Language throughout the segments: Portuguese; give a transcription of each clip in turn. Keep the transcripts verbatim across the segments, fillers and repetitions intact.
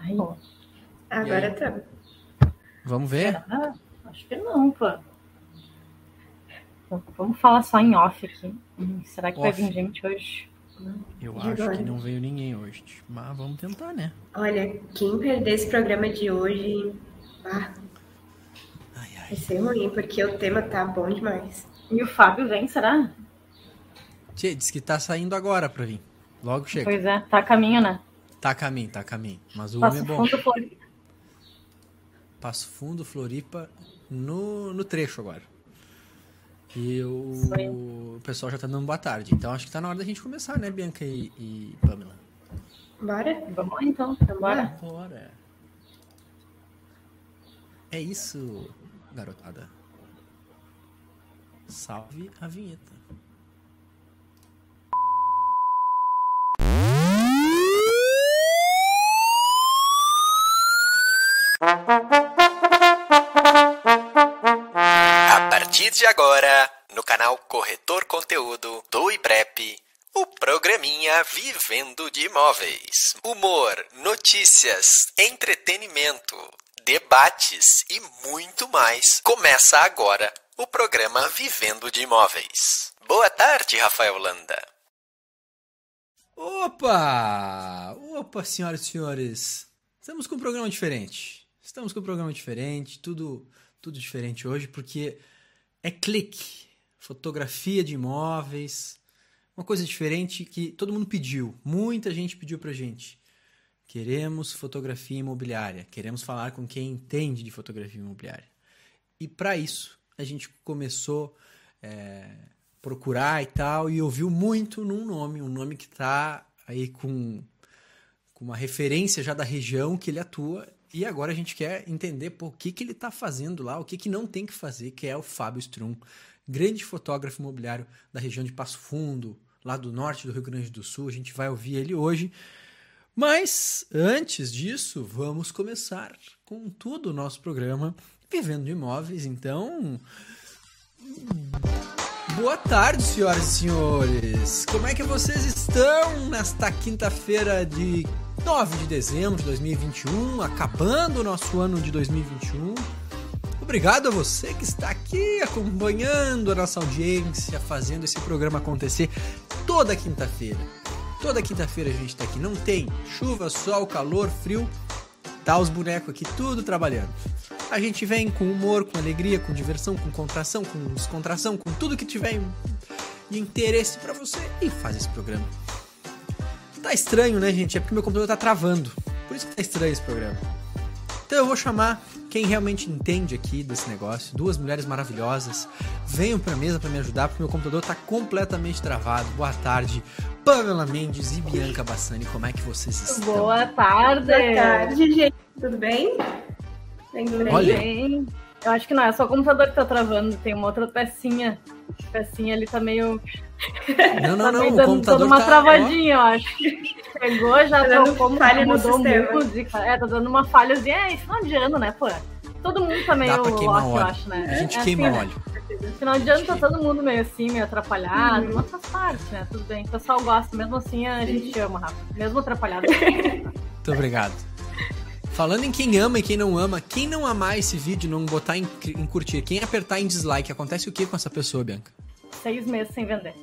Ai, agora tá. Vamos ver? Ah, acho que não, pô. Vamos falar só em off aqui. Hum, será que Off. vai vir gente hoje? Eu E acho agora? que não veio ninguém hoje. Mas vamos tentar, né? Olha, quem perder esse programa de hoje, ah, Ai, ai. vai ser ruim, porque o tema tá bom demais. E o Fábio vem, será? Tchê, diz que tá saindo agora pra vir. Logo chega. Pois é, tá a caminho, né? Tá a caminho, tá a caminho. Mas o homem Passo é bom. Fundo, Floripa. Passo Fundo, Floripa, no, no trecho agora. E o, Isso aí. o pessoal já tá dando boa tarde. Então acho que tá na hora da gente começar, né, Bianca e, e Pamela? Bora? Vamos lá então, bora. Bora. É isso, garotada. Salve a vinheta. A partir de agora, no canal Corretor Conteúdo do IBREP, o programinha Vivendo de Imóveis. Humor, notícias, entretenimento, debates e muito mais. Começa agora o programa Vivendo de Imóveis. Boa tarde, Rafael Landa. Opa! Opa, senhoras e senhores. Estamos com um programa diferente. Estamos com um programa diferente, tudo, tudo diferente hoje, porque é clique, fotografia de imóveis, uma coisa diferente que todo mundo pediu, muita gente pediu pra gente. Queremos fotografia imobiliária, queremos falar com quem entende de fotografia imobiliária. E para isso, a gente começou a é, procurar e tal, e ouviu muito num nome, um nome que está aí com, com uma referência já da região que ele atua. E agora a gente quer entender pô, o que, que ele está fazendo lá, o que, que não tem que fazer, que é o Fábio Strum, grande fotógrafo imobiliário da região de Passo Fundo, lá do norte do Rio Grande do Sul. A gente vai ouvir ele hoje. Mas, antes disso, vamos começar com tudo o nosso programa Vivendo de Imóveis. Então, boa tarde, senhoras e senhores. Como é que vocês estão nesta quinta-feira de nove de dezembro de dois mil e vinte e um, acabando o nosso ano de dois mil e vinte e um. Obrigado a você que está aqui acompanhando a nossa audiência, fazendo esse programa acontecer toda quinta-feira. Toda quinta-feira a gente está aqui. Não tem chuva, sol, calor, frio. Tá os bonecos aqui tudo trabalhando. A gente vem com humor, com alegria, com diversão, com contração, com descontração, com tudo que tiver de interesse para você e faz esse programa. Tá estranho, né, gente? É porque meu computador tá travando. Por isso que tá estranho esse programa. Então eu vou chamar quem realmente entende aqui desse negócio. Duas mulheres maravilhosas. Venham pra mesa pra me ajudar, porque meu computador tá completamente travado. Boa tarde, Pamela Mendes e Bianca Bassani. Como é que vocês estão? Boa tarde. Boa tarde, gente. Tudo bem? Bem, bem. Olha. Bem. Eu acho que não é só o computador que tá travando. Tem uma outra pecinha. A pecinha ali tá meio... Não, não, tá não. meio O dando computador toda uma tá... travadinha, eu acho. Pegou, já Tá dando trocou, falha no mudou sistema. música. É, tá dando uma falhazinha. É, final de ano, né, pô? Todo mundo tá meio Dá pra queimar off, óleo. eu acho, né? A gente é queima assim, óleo. Né? Final de ano tá todo mundo meio assim, meio atrapalhado. Mas faz parte, né? Tudo bem. O pessoal gosta. Mesmo assim, a gente ama, Rafa. Mesmo atrapalhado. Muito obrigado. Falando em quem ama e quem não ama, quem não amar esse vídeo, não botar em, em curtir, quem apertar em dislike, acontece o que com essa pessoa, Bianca? Seis meses sem vender.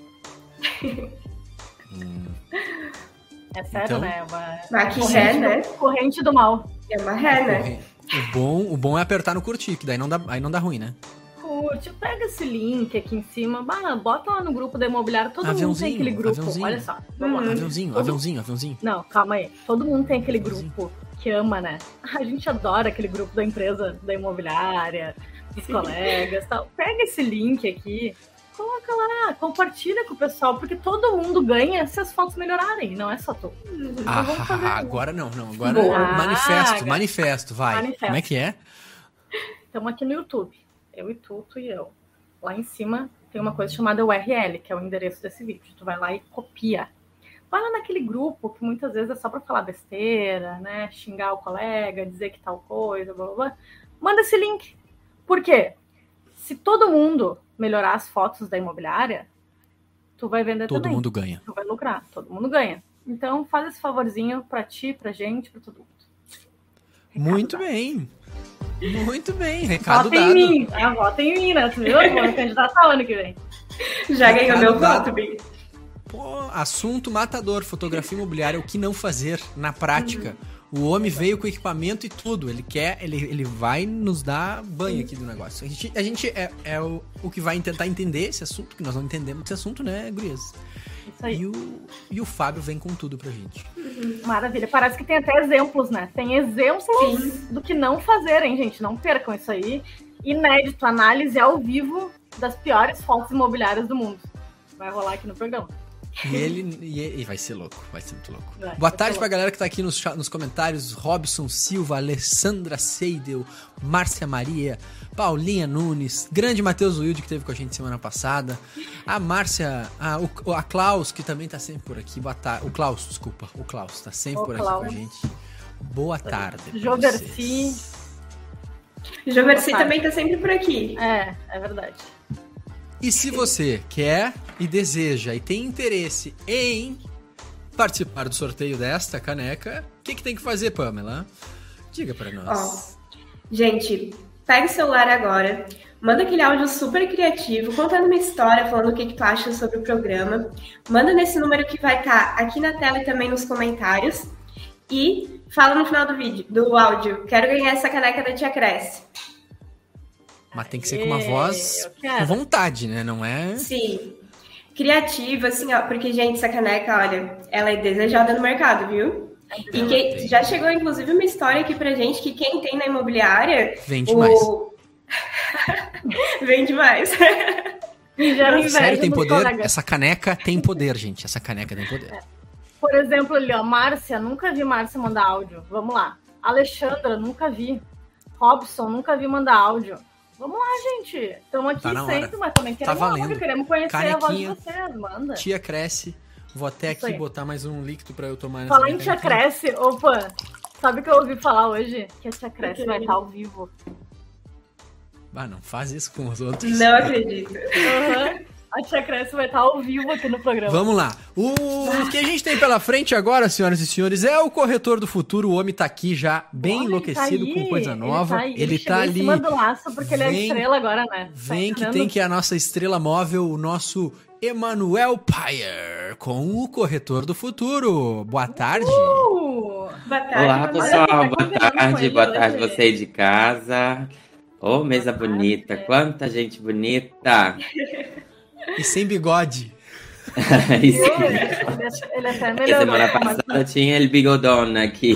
Hum. É sério, Então? né? É uma Mas que corrente, ré, né? do, corrente do mal. É uma ré, né? O bom, o bom é apertar no curtir, que daí não dá, aí não dá ruim, né? Curte, pega esse link aqui em cima, bah, bota lá no grupo da imobiliária. Todo mundo Aviãozinho, tem aquele grupo. aviãozinho. Olha só. Vamos lá. Aviãozinho, Todo- aviãozinho, aviãozinho. Não, calma aí. Todo mundo tem aquele grupo que ama, né? A gente adora aquele grupo da empresa, da imobiliária, dos colegas e tal. Pega esse link aqui, coloca lá, compartilha com o pessoal, porque todo mundo ganha se as fotos melhorarem, não é só tu. Então Ah, vamos fazer isso. agora não, não. Agora Boa. manifesto, Ah, manifesto, vai. manifesto. Como é que é? Estamos aqui no YouTube. Eu e Tuto e eu. Lá em cima tem uma coisa chamada U R L, que é o endereço desse vídeo. Tu vai lá e copia. Vai lá naquele grupo que muitas vezes é só para falar besteira, né? Xingar o colega, dizer que tal coisa, blá blá blá. Manda esse link. Por quê? Se todo mundo melhorar as fotos da imobiliária, tu vai vender Todo também. mundo ganha. Tu vai lucrar, todo mundo ganha. Então faz esse favorzinho pra ti, pra gente, pra todo mundo. Muito dado. bem. Muito bem, recado Vota dado. em mim, ah, vota em mim, né? Tu viu? Eu vou me candidatar ano que vem. Já ganhou meu dado. voto, Bim. Pô, assunto matador, fotografia imobiliária, o que não fazer na prática. Uhum. O homem veio com equipamento e tudo, ele quer, ele, ele vai nos dar banho aqui do negócio. A gente, a gente é, é o, o que vai tentar entender esse assunto, que nós não entendemos esse assunto, né, gurias? Isso aí. E o, e o Fábio vem com tudo pra gente. Maravilha, parece que tem até exemplos, né? Tem exemplos Sim. do que não fazer, hein, gente? Não percam isso aí. Inédito, análise ao vivo das piores fotos imobiliárias do mundo. Vai rolar aqui no programa. E ele e, e vai ser louco, vai ser muito louco. Vai, Boa vai tarde pra galera que tá aqui nos, nos comentários: Robson Silva, Alessandra Seidel, Márcia Maria, Paulinha Nunes, grande Matheus Wilde que teve com a gente semana passada, a Márcia, a, o, a Klaus que também tá sempre por aqui. Boa tarde, o Klaus, desculpa, o Klaus tá sempre o por Klaus. aqui com a gente. Boa tarde. Joverci. Joverci também tá sempre por aqui. É, é verdade. E se você quer e deseja e tem interesse em participar do sorteio desta caneca, o que, que tem que fazer, Pamela? Diga para nós. Ó, gente, pega o celular agora, manda aquele áudio super criativo, contando uma história, falando o que, que tu acha sobre o programa. Manda nesse número que vai estar aqui na tela e também nos comentários. E fala no final do vídeo, do áudio, quero ganhar essa caneca da Tia Cresce. Mas tem que ser com uma voz com vontade, né? Não é... Sim. Criativa, assim, ó. Porque, gente, essa caneca, olha, ela é desejada no mercado, viu? É e que, já chegou, inclusive, uma história aqui pra gente que quem tem na imobiliária... Vende mais. O... Vende mais. Não, sério, tem poder? Colegas. Essa caneca tem poder, gente. Essa caneca tem poder. É. Por exemplo, ali, ó. Márcia, nunca vi Márcia mandar áudio. Vamos lá. Alexandra, nunca vi. Robson, nunca vi mandar áudio. Vamos lá, gente. Estamos aqui tá sempre, mas também queremos, tá áudio, queremos conhecer Canequinha, a voz de vocês. Manda. Tia Cresce. Vou até Isso aqui aí. botar mais um líquido pra eu tomar. Falar em Tia Cresce, opa, sabe o que eu ouvi falar hoje? Que a Tia Cresce vai estar ao vivo. Ah, não faz isso com os outros. Não acredito. Uhum. A Tia Cresce vai estar ao vivo aqui no programa. Vamos lá. O que a gente tem pela frente agora, senhoras e senhores, é o Corretor do Futuro. O homem tá aqui já bem Olha, enlouquecido tá com coisa nova. Ele tá, ele ele tá ali. Em cima do laço porque vem, ele é estrela agora, né? Vem tá que tem que é a nossa estrela móvel, o nosso Emanuel Payer, com o Corretor do Futuro. Boa tarde. Uh! Boa tarde. Olá, pessoal. Boa tarde. Boa tarde, você aí de casa. Ô, oh, mesa bonita. Quanta gente bonita. E sem bigode. Isso. Ele, ele até melhorou. Semana passada mas... tinha ele bigodão aqui.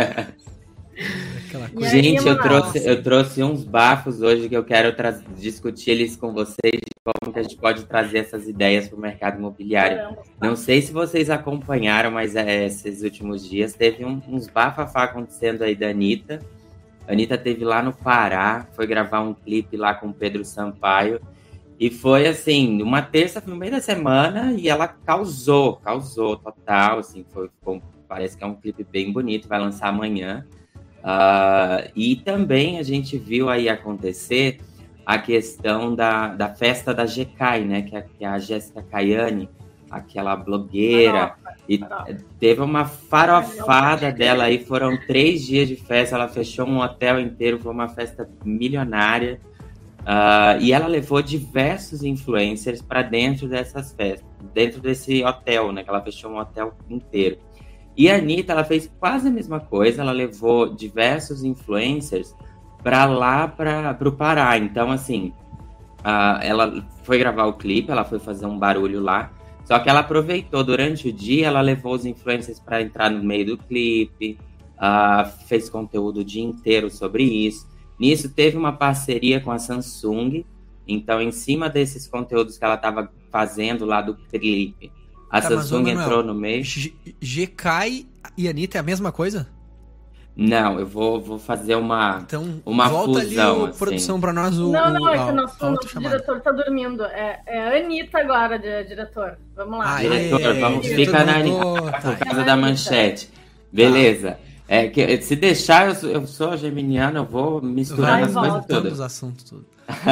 Aí, gente, eu trouxe, eu trouxe uns bafos hoje que eu quero discutir eles com vocês de como que a gente pode trazer essas ideias para o mercado imobiliário. Não sei se vocês acompanharam, mas é, esses últimos dias teve um, uns bafafá acontecendo aí da Anitta. A Anitta teve lá no Pará, foi gravar um clipe lá com o Pedro Sampaio. E foi, assim, uma terça, no meio da semana, e ela causou, causou total, assim, foi, foi, parece que é um clipe bem bonito, vai lançar amanhã. Uh, e também a gente viu aí acontecer a questão da, da festa da G K I, né, que é, que é a Jéssica Caiani, aquela blogueira, e teve uma farofada dela aí, foram três dias de festa, ela fechou um hotel inteiro, foi uma festa milionária. Uh, e ela levou diversos influencers para dentro dessas festas, dentro desse hotel, né? Que ela fechou um hotel inteiro. E a Anitta, ela fez quase a mesma coisa, ela levou diversos influencers para lá, para o Pará. Então, assim, uh, ela foi gravar o clipe, ela foi fazer um barulho lá, só que ela aproveitou durante o dia, ela levou os influencers para entrar no meio do clipe, uh, fez conteúdo o dia inteiro sobre isso. Nisso, teve uma parceria com a Samsung. Então, em cima desses conteúdos que ela estava fazendo lá do clipe, a tá, Samsung mas, entrou no meio. G K I e Anitta é a mesma coisa? Não, eu vou, vou fazer uma, então, uma volta fusão. Ali, o, assim. Produção, para nós o. Não, não, o, é que o nosso, a nosso diretor está dormindo. É, é a Anitta agora, de, diretor. Vamos lá. Ah, diretor, é, vamos, é, fica na Anitta, tá, por causa da manchete. Beleza. Tá. É que se deixar, eu sou, eu sou geminiano, eu vou misturar as coisas todas. Os assuntos tudo.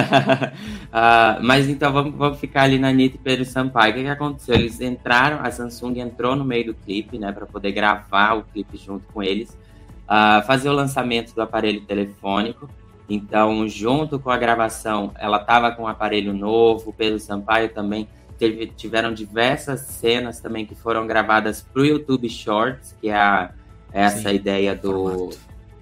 uh, mas então vamos, vamos ficar ali na Anitta e Pedro Sampaio. O que, que aconteceu? Eles entraram, a Samsung entrou no meio do clipe, né, para poder gravar o clipe junto com eles. uh, fazer o lançamento do aparelho telefônico. Então, junto com a gravação, ela estava com um aparelho novo, o Pedro Sampaio também teve, tiveram diversas cenas também que foram gravadas para o YouTube Shorts, que é a, essa Sim, ideia do... Formato.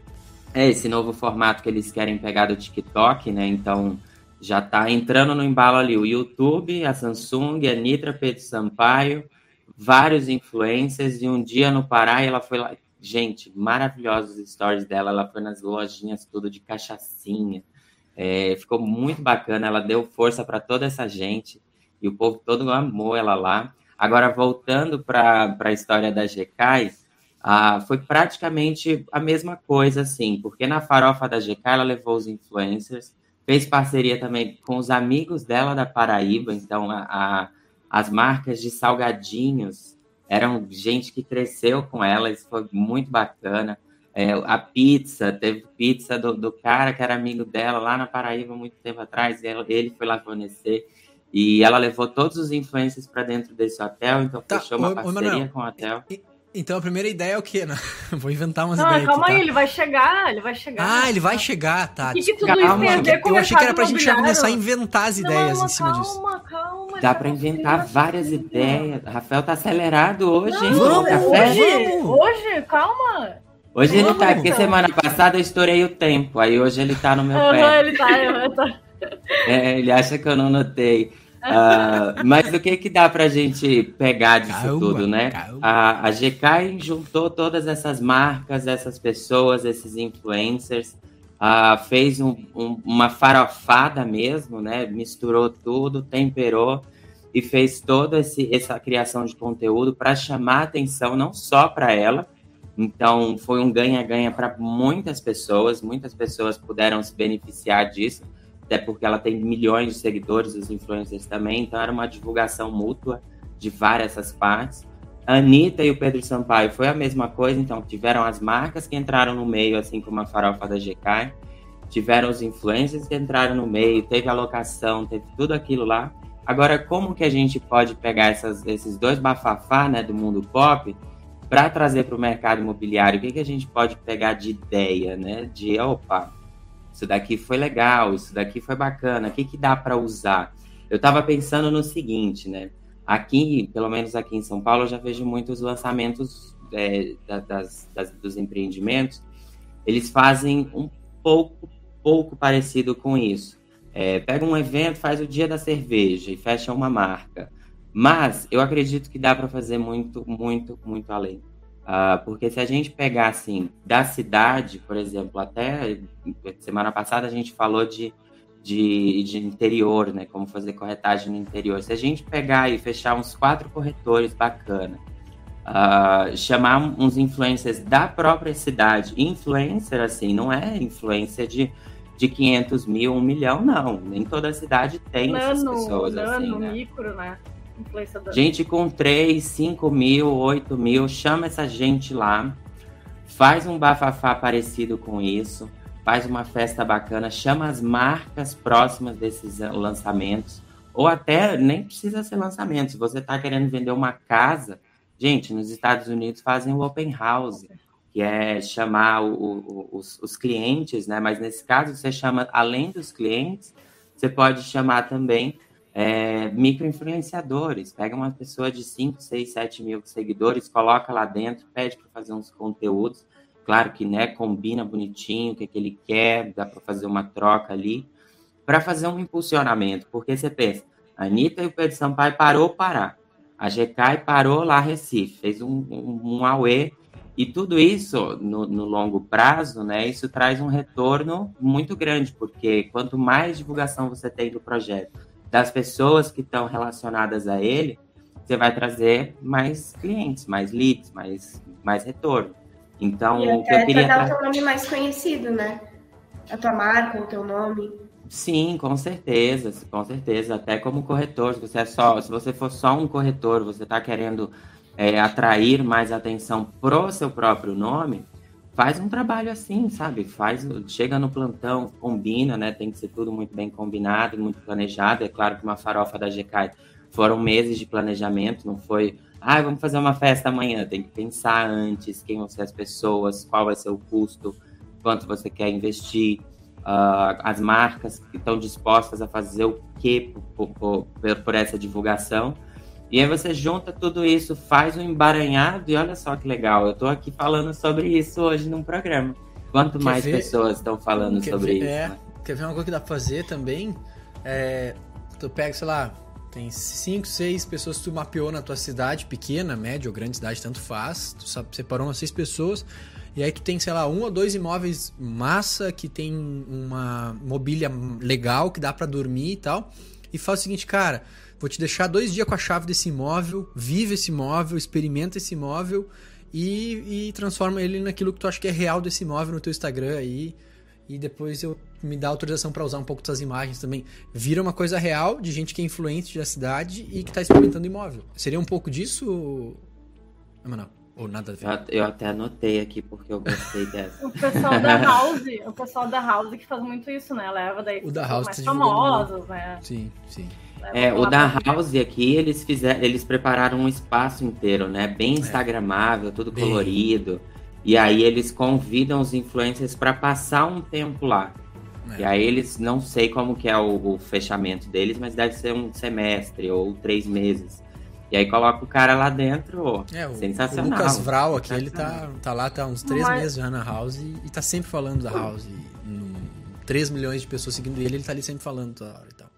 É esse novo formato que eles querem pegar do TikTok, né? Então, já está entrando no embalo ali o YouTube, a Samsung, a Nitra, Pedro Sampaio, vários influencers, e um dia no Pará ela foi lá... Gente, maravilhosos os stories dela, ela foi nas lojinhas tudo de cachaçinha, é, ficou muito bacana, ela deu força para toda essa gente, e o povo todo amou ela lá. Agora, voltando para a história da G K I, ah, foi praticamente a mesma coisa, assim, porque na farofa da G K I ela levou os influencers, fez parceria também com os amigos dela da Paraíba, então a, a, as marcas de salgadinhos eram gente que cresceu com ela, isso foi muito bacana. É, a pizza, teve pizza do, do cara que era amigo dela lá na Paraíba muito tempo atrás, e ela, ele foi lá fornecer, e ela levou todos os influencers para dentro desse hotel, então tá, fechou uma ô, parceria ô, com o hotel. E, então a primeira ideia é o quê, né? Vou inventar umas não, ideias calma aqui, aí, tá? ele vai chegar, ele vai chegar. Ah, ele vai chegar, tá. O que, que tudo calma, isso tem a ver com eu achei que era pra gente já imobiliário? começar a inventar as ideias não, em cima calma, disso. Calma, calma. Dá pra inventar várias assim, ideias. Rafael tá acelerado hoje, não, hein? Vamos, café? Hoje, hoje, calma. Hoje vamos, ele tá, porque então. Semana passada eu estourei o tempo, aí hoje ele tá no meu uhum, pé. Ele tá, eu tô... é, ele acha que eu não notei. Uh, mas o que que dá pra gente pegar disso calma, tudo, né? A, a G K I juntou todas essas marcas, essas pessoas, esses influencers, uh, fez um, um, uma farofada mesmo, né? Misturou tudo, temperou e fez toda esse, essa criação de conteúdo para chamar atenção não só para ela. Então foi um ganha-ganha para muitas pessoas, muitas pessoas puderam se beneficiar disso, até porque ela tem milhões de seguidores, os influencers também, então era uma divulgação mútua de várias essas partes. A Anitta e o Pedro Sampaio foi a mesma coisa, então tiveram as marcas que entraram no meio, assim como a farofa da G K I, tiveram os influencers que entraram no meio, teve a locação, teve tudo aquilo lá. Agora, como que a gente pode pegar essas, esses dois bafafá, né, do mundo pop para trazer para o mercado imobiliário? O que, que a gente pode pegar de ideia, né, de, opa, isso daqui foi legal, isso daqui foi bacana, o que, que dá para usar? Eu estava pensando no seguinte, né? Aqui, pelo menos aqui em São Paulo, eu já vejo muitos lançamentos é, das, das, dos empreendimentos, eles fazem um pouco, pouco parecido com isso. É, pega um evento, faz o dia da cerveja e fecha uma marca. Mas eu acredito que dá para fazer muito, muito, muito além. Uh, porque se a gente pegar, assim, da cidade, por exemplo, até semana passada a gente falou de, de, de interior, né? Como fazer corretagem no interior. Se a gente pegar e fechar uns quatro corretores bacana, uh, chamar uns influencers da própria cidade, influencer, assim, não é influencer de, de quinhentos mil, um milhão, não. Nem toda cidade tem nano, essas pessoas, nano, assim, né? Micro, né? Gente com três, cinco mil, oito mil, chama essa gente lá, faz um bafafá parecido com isso, faz uma festa bacana, chama as marcas próximas desses lançamentos, ou até nem precisa ser lançamento, se você está querendo vender uma casa, gente, nos Estados Unidos fazem o open house, que é chamar o, o, os, os clientes, né? Mas nesse caso você chama, além dos clientes, você pode chamar também É, micro-influenciadores, pega uma pessoa de cinco, seis, sete mil seguidores, coloca lá dentro, pede para fazer uns conteúdos, claro que, né, combina bonitinho o que, que ele quer, dá para fazer uma troca ali, para fazer um impulsionamento, porque você pensa, a Anitta e o Pedro Sampaio parou Pará, a G K I parou lá Recife, fez um, um, um auê, e tudo isso, no, no longo prazo, né, isso traz um retorno muito grande, porque quanto mais divulgação você tem do projeto, das pessoas que estão relacionadas a ele, você vai trazer mais clientes, mais leads, mais, mais retorno. Então, e o que eu queria... tornar o teu nome mais conhecido, né? A tua marca, o teu nome. Sim, com certeza, com certeza. Até como corretor, se você, é só, se você for só um corretor, você está querendo é, atrair mais atenção pro seu próprio nome, faz um trabalho assim, sabe? Faz, chega no plantão, combina, né? Tem que ser tudo muito bem combinado, muito planejado. É claro que uma farofa da G K I foram meses de planejamento, não foi ah, vamos fazer uma festa amanhã. Tem que pensar antes quem vão ser as pessoas, qual vai ser o custo, quanto você quer investir, uh, as marcas que estão dispostas a fazer o que por, por, por essa divulgação. E aí você junta tudo isso, faz um emaranhado e olha só que legal. Eu estou aqui falando sobre isso hoje num programa. Quanto quer mais ver, pessoas estão falando sobre ver, isso? É, né? Quer ver uma coisa que dá pra fazer também? É, tu pega, sei lá, tem cinco, seis pessoas que tu mapeou na tua cidade, pequena, média ou grande cidade, tanto faz. Tu sabe, separou umas seis pessoas. E aí tu tem, sei lá, um ou dois imóveis massa, que tem uma mobília legal, que dá pra dormir e tal. E faz o seguinte, cara, vou te deixar dois dias com a chave desse imóvel, vive esse imóvel, experimenta esse imóvel e, e transforma ele naquilo que tu acha que é real desse imóvel no teu Instagram aí. E depois eu me dá autorização para usar um pouco das imagens também. Vira uma coisa real de gente que é influente da cidade e que tá experimentando imóvel. Seria um pouco disso, Emanuel? Ou nada a ver? Eu, eu até anotei aqui porque eu gostei dessa. O pessoal da House, o pessoal da House que faz muito isso, né? Leva daí o da House mais tá famosos, né? Sim, sim. É, o da House aqui, eles fizeram, eles prepararam um espaço inteiro, né? Bem instagramável, tudo Bem... colorido. E aí eles convidam os influencers para passar um tempo lá. É. E aí eles, não sei como que é o, o fechamento deles, mas deve ser um semestre ou três meses. E aí coloca o cara lá dentro, é, o, sensacional. O Lucas Vral aqui, ele tá, tá lá, tá uns três mas... meses já na House e, e tá sempre falando da House. três milhões de pessoas seguindo ele, ele tá ali sempre falando toda hora e tal.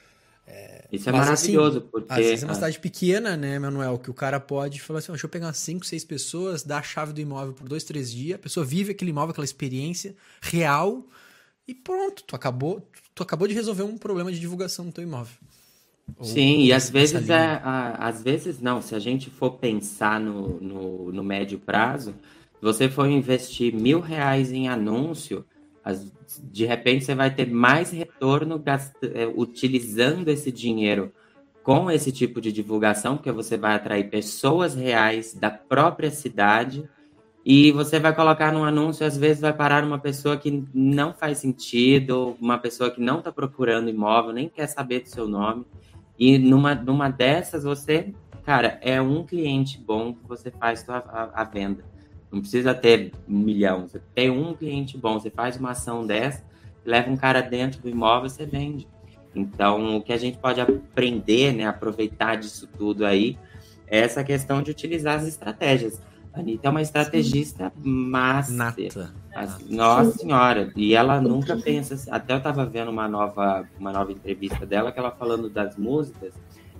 É, Isso é maravilhoso, assim, porque... Às vezes é uma cidade pequena, né, Manuel, que o cara pode falar assim, deixa eu pegar umas cinco, seis pessoas, dar a chave do imóvel por dois, três dias, a pessoa vive aquele imóvel, aquela experiência real e pronto, tu acabou, tu acabou de resolver um problema de divulgação do teu imóvel. Ou, Sim, e às vezes, é, a, às vezes não, se a gente for pensar no, no, no médio prazo, se você for investir mil reais em anúncio, as, de repente você vai ter mais retorno gast... utilizando esse dinheiro com esse tipo de divulgação, porque você vai atrair pessoas reais da própria cidade e você vai colocar num anúncio, às vezes vai parar uma pessoa que não faz sentido, uma pessoa que não está procurando imóvel, nem quer saber do seu nome, e numa, numa dessas você, cara, é um cliente bom que você faz a, a, a venda. Não precisa ter um milhão. Você tem um cliente bom, você faz uma ação dessa, leva um cara dentro do imóvel, você vende. Então, o que a gente pode aprender, né, aproveitar disso tudo aí, é essa questão de utilizar as estratégias. A Anitta é uma estrategista master. Nata. As, nossa senhora. E ela nunca pensa... Até eu estava vendo uma nova, uma nova entrevista dela, que ela falando das músicas,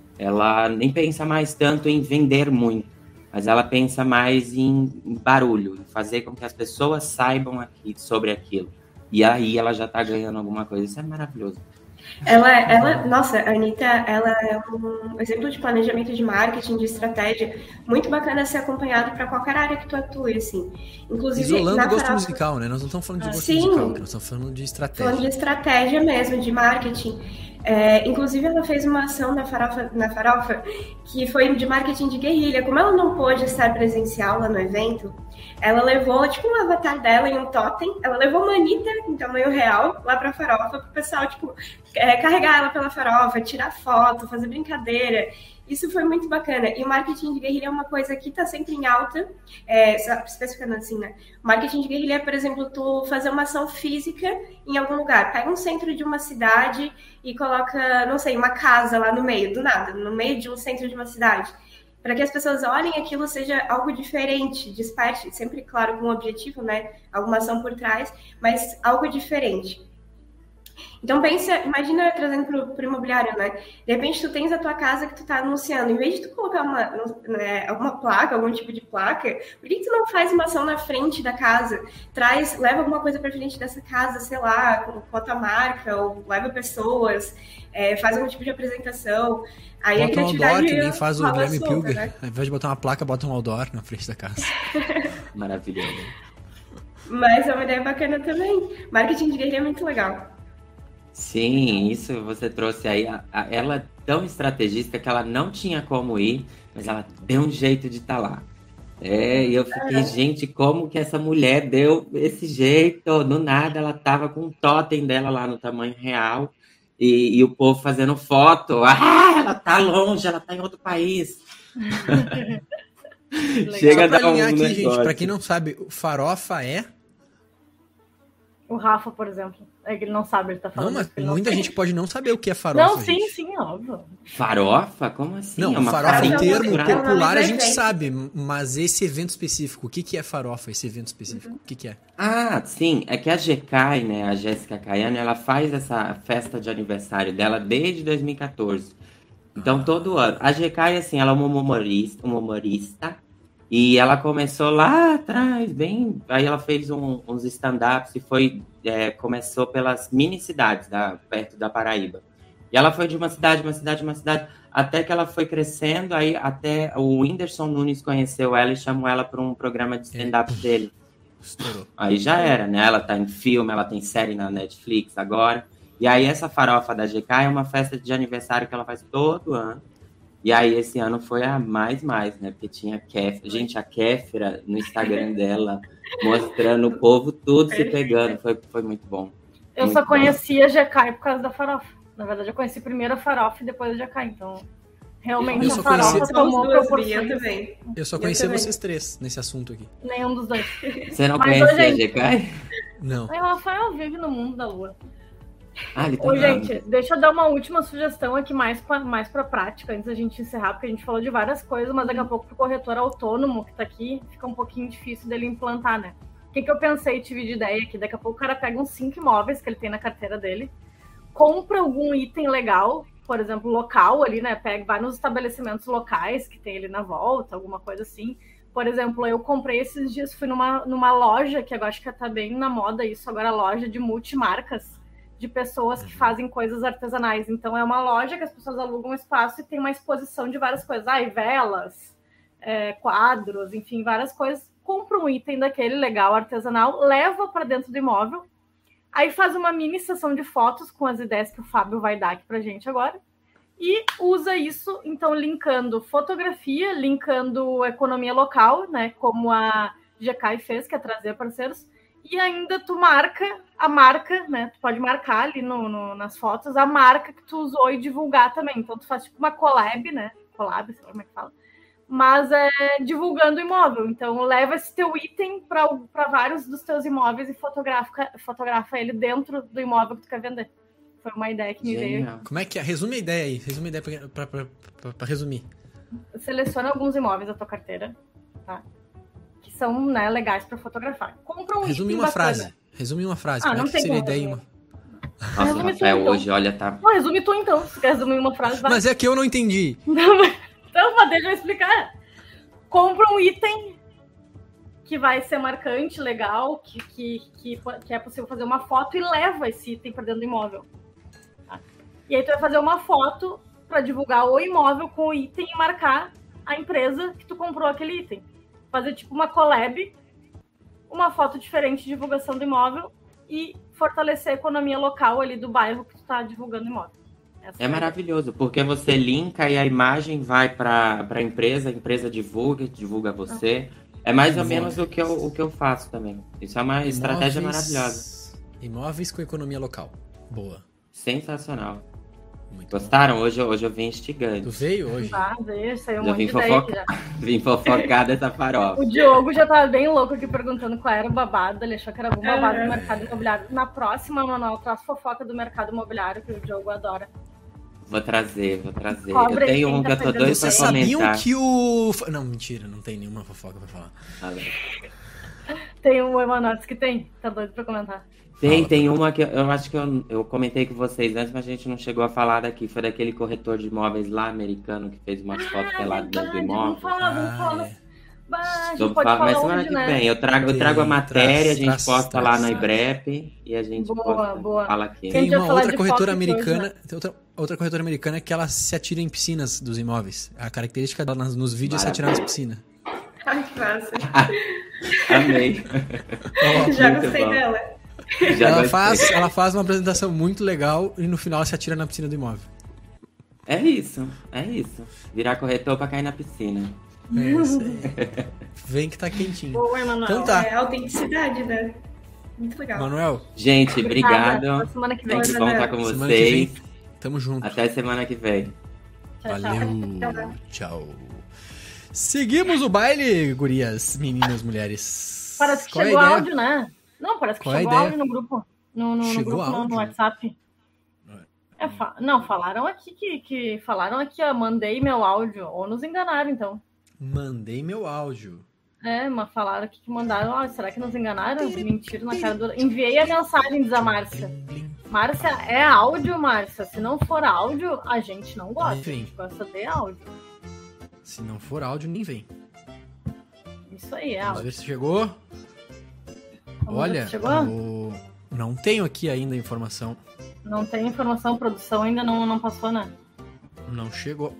ela nem pensa mais tanto em vender muito. Mas ela pensa mais em barulho, em fazer com que as pessoas saibam aqui, sobre aquilo. E aí ela já está ganhando alguma coisa. Isso é maravilhoso. Ela, ela, nossa, a Anitta, ela é um exemplo de planejamento de marketing, de estratégia, muito bacana ser acompanhado para qualquer área que tu atue, assim. Inclusive, isolando o gosto farofa... musical, né? Nós não estamos falando de gosto Sim, musical, nós estamos falando de estratégia. Falando de estratégia mesmo, de marketing. É, inclusive, ela fez uma ação na Farofa, na Farofa que foi de marketing de guerrilha. Como ela não pôde estar presencial lá no evento, ela levou, tipo, um avatar dela em um totem. Ela levou uma Anitta em tamanho real lá pra Farofa, pro pessoal, tipo, é, carregar ela pela Farofa, tirar foto, fazer brincadeira. Isso foi muito bacana. E o marketing de guerrilha é uma coisa que está sempre em alta, é, especificando assim, né? O marketing de guerrilha é, por exemplo, tu fazer uma ação física em algum lugar. Pega um centro de uma cidade e coloca, não sei, uma casa lá no meio, do nada, no meio de um centro de uma cidade. Para que as pessoas olhem aquilo seja algo diferente, desperte, sempre, claro, com um objetivo, né? Alguma ação por trás, mas algo diferente. Então pensa, imagina trazendo para o imobiliário, né? De repente tu tens a tua casa que tu tá anunciando, em vez de tu colocar uma, né, alguma placa, algum tipo de placa, por que tu não faz uma ação na frente da casa? Traz, leva alguma coisa para frente dessa casa, sei lá, com, com a tua marca, ou leva pessoas, é, faz algum tipo de apresentação. Aí bota a criatividade um outdoor, que nem faz o Guilherme Pilger, né? Ao invés de botar uma placa, bota um outdoor na frente da casa. Maravilhoso. Mas é uma ideia bacana também. Marketing de guerrilha é muito legal. Sim, isso você trouxe aí. A, a, ela é tão estrategista que ela não tinha como ir, mas ela deu um jeito de estar tá lá. É, e eu fiquei, gente, como que essa mulher deu esse jeito? Do nada ela tava com um totem dela lá no tamanho real e, e o povo fazendo foto. Ah, ela tá longe, ela tá em outro país. Chega a Só pra dar um alinhar aqui, negócio. gente, pra quem não sabe, farofa é... O Rafa, por exemplo, é que ele não sabe, ele tá falando. Não, mas ele não muita sabe. gente pode não saber o que é farofa, Não, sim, gente. sim, óbvio. Farofa? Como assim? Não, é uma farofa é um farinha termo misturada. popular, a É um gente evento. sabe, mas esse evento específico, o que, que é farofa, esse evento específico? O que, que é? Ah, sim, é que a G K I, né, a Jéssica Caiano, ela faz essa festa de aniversário dela desde dois mil e quatorze. Então, todo ano. A G K I, assim, ela é uma humorista, uma humorista, e ela começou lá atrás, bem... Aí ela fez um- uns stand-ups e foi... é, começou pelas mini cidades, da, perto da Paraíba. E ela foi de uma cidade, uma cidade, uma cidade, até que ela foi crescendo, aí até o Whindersson Nunes conheceu ela e chamou ela para um programa de stand-up dele. Estourou. Aí já era, né? Ela tá em filme, ela tem série na Netflix agora. E aí essa farofa da G K é uma festa de aniversário que ela faz todo ano. E aí esse ano foi a mais mais, né? Porque tinha a Kéfera. Gente, a Kéfera no Instagram dela, mostrando o povo tudo se pegando. Foi, foi muito bom. Eu Muito só bom. conhecia a G K por causa da farofa. Na verdade, eu conheci primeiro a farofa e depois a G K, então... Realmente Eu a só farofa conheci- Somos tomou duas, Bia, proporções. eu também. Eu só Eu conheci também. vocês três nesse assunto aqui. Nenhum dos dois. Você não Mas, conhecia ô, a gente, G K? Não. Aí o Rafael vive no mundo da lua. Ah, ele tá Ô, lá. gente, deixa eu dar uma última sugestão aqui mais pra, mais pra prática, antes da gente encerrar, porque a gente falou de várias coisas, mas daqui a pouco pro corretor autônomo que tá aqui, fica um pouquinho difícil dele implantar, né? O que, que eu pensei, tive de ideia aqui? Daqui a pouco o cara pega uns cinco imóveis que ele tem na carteira dele, compra algum item legal, por exemplo, local ali, né? Pega, vai nos estabelecimentos locais que tem ali na volta, alguma coisa assim. Por exemplo, eu comprei esses dias, fui numa, numa loja, que eu acho que tá bem na moda isso, agora loja de multimarcas, de pessoas que fazem coisas artesanais. Então, é uma loja que as pessoas alugam um espaço e tem uma exposição de várias coisas. Ah, e velas, é, quadros, enfim, várias coisas. Compra um item daquele legal, artesanal, leva para dentro do imóvel, aí faz uma mini sessão de fotos com as ideias que o Fábio vai dar aqui pra gente agora, e usa isso, então, linkando fotografia, linkando economia local, né, como a G K fez, que é trazer parceiros, e ainda tu marca a marca, né? Tu pode marcar ali no, no, nas fotos a marca que tu usou e divulgar também. Então tu faz tipo uma collab, né? Collab, sei lá como é que fala. Mas é divulgando o imóvel. Então leva esse teu item para vários dos teus imóveis e fotografa, fotografa ele dentro do imóvel que tu quer vender. Foi uma ideia que me veio. Genial. Como é que é? Resume a ideia aí. Resume a ideia pra, pra, pra, pra, pra resumir. Seleciona alguns imóveis da tua carteira, tá? Que são, né, legais para fotografar. Compra um Resume item uma bacana. frase. Resume uma frase. Ah, Como não é que tem seria a como ideia? em resumir. Uma... Nossa, o Resume Rafael tudo, então. hoje, olha, tá... Não, resume tu então, se quer resumir uma frase. Vai. Mas é que eu não entendi. Não, mas... Então, mas deixa eu explicar. Compra um item que vai ser marcante, legal, que, que, que, que é possível fazer uma foto e leva esse item para dentro do imóvel. Tá? E aí tu vai fazer uma foto para divulgar o imóvel com o item e marcar a empresa que tu comprou aquele item. Fazer tipo uma collab, uma foto diferente de divulgação do imóvel e fortalecer a economia local ali do bairro que tu tá divulgando o imóvel. Essa É maravilhoso, porque você linka e a imagem vai para a empresa, a empresa divulga, divulga você. É mais ou Divulga. menos o que, eu, o que eu faço também. Isso é uma estratégia maravilhosa. Imóveis com economia local. Boa. Sensacional. Muito bom. Gostaram? Hoje, hoje eu vim Tu instigante. veio hoje? Ah, deixa, saiu um Já monte vim de ideia aqui fofocar. já. Vim fofocar dessa farofa. O Diogo já tava bem louco aqui perguntando qual era o babado. Ele achou que era algum babado Uhum. do mercado imobiliário. Na próxima, Manuel, traz fofoca do mercado imobiliário, que o Diogo adora. Vou trazer, vou trazer. Cobra Eu tenho aí, um que eu tô tá fazendo doido isso pra Vocês sabiam comentar. que o... Não, mentira, não tem nenhuma fofoca pra falar. Fala. Tem o Emanuel que tem? Tá doido pra comentar. Tem, Fala, tem fala. uma que eu, eu acho que eu, eu comentei com vocês antes, mas a gente não chegou a falar daqui. Foi daquele corretor de imóveis lá, americano, que fez umas fotos peladas dentro do Vamos imóvel. falar, vamos Ah, falar. é. Bah, a gente Sobre pode fa- mas falar semana hoje, que né? vem, eu trago, eu trago a Tem, matéria, traz, a gente traz, posta traz. lá no iBrep e a gente Boa, posta, boa. fala aqui. Tem- Tem gente vai uma falar outra de corretora foto depois, americana, né? tem outra, outra corretora americana que ela se atira em piscinas dos imóveis. A característica dela nas- nos vídeos é se atirar nas piscinas. Ai, que massa. Amei. Ó, Já muito gostei bom. dela. Já ela, gostei. faz, ela faz uma apresentação muito legal e no final ela se atira na piscina do imóvel. É isso, é isso. Virar corretor pra cair na piscina. É isso aí. Vem que tá quentinho. Boa, Emanuel. Então tá. É autenticidade, né? Muito legal. Manuel, Gente, obrigado. Até semana que vem. Sempre bom estar com semana que vem, vocês. tamo junto. Tamo junto. Até semana que vem. Tchau, tchau. Valeu. Tchau. Tchau. Seguimos o baile, gurias, meninas, mulheres. Parece que Qual chegou é a áudio, né? Não, parece que Qual é chegou a ideia? áudio no grupo. No, no, no Chegou grupo, não, áudio? no WhatsApp. É, fa... Não, falaram aqui que, que... Falaram aqui, ó, mandei meu áudio. Ou nos enganaram, então. Mandei meu áudio. É, mas falaram aqui que mandaram. Ó, será que nos enganaram? Mentiram na cara do... Enviei a mensagem, diz a Márcia. Márcia, é áudio, Márcia. Se não for áudio, a gente não gosta. Nem vem. A gente gosta de áudio. Se não for áudio, nem vem. Isso aí, é Vamos áudio. ver se chegou. Vamos ver Olha, se chegou? o... não tenho aqui ainda a informação. Não tem informação, produção ainda não, não passou, né? Não chegou.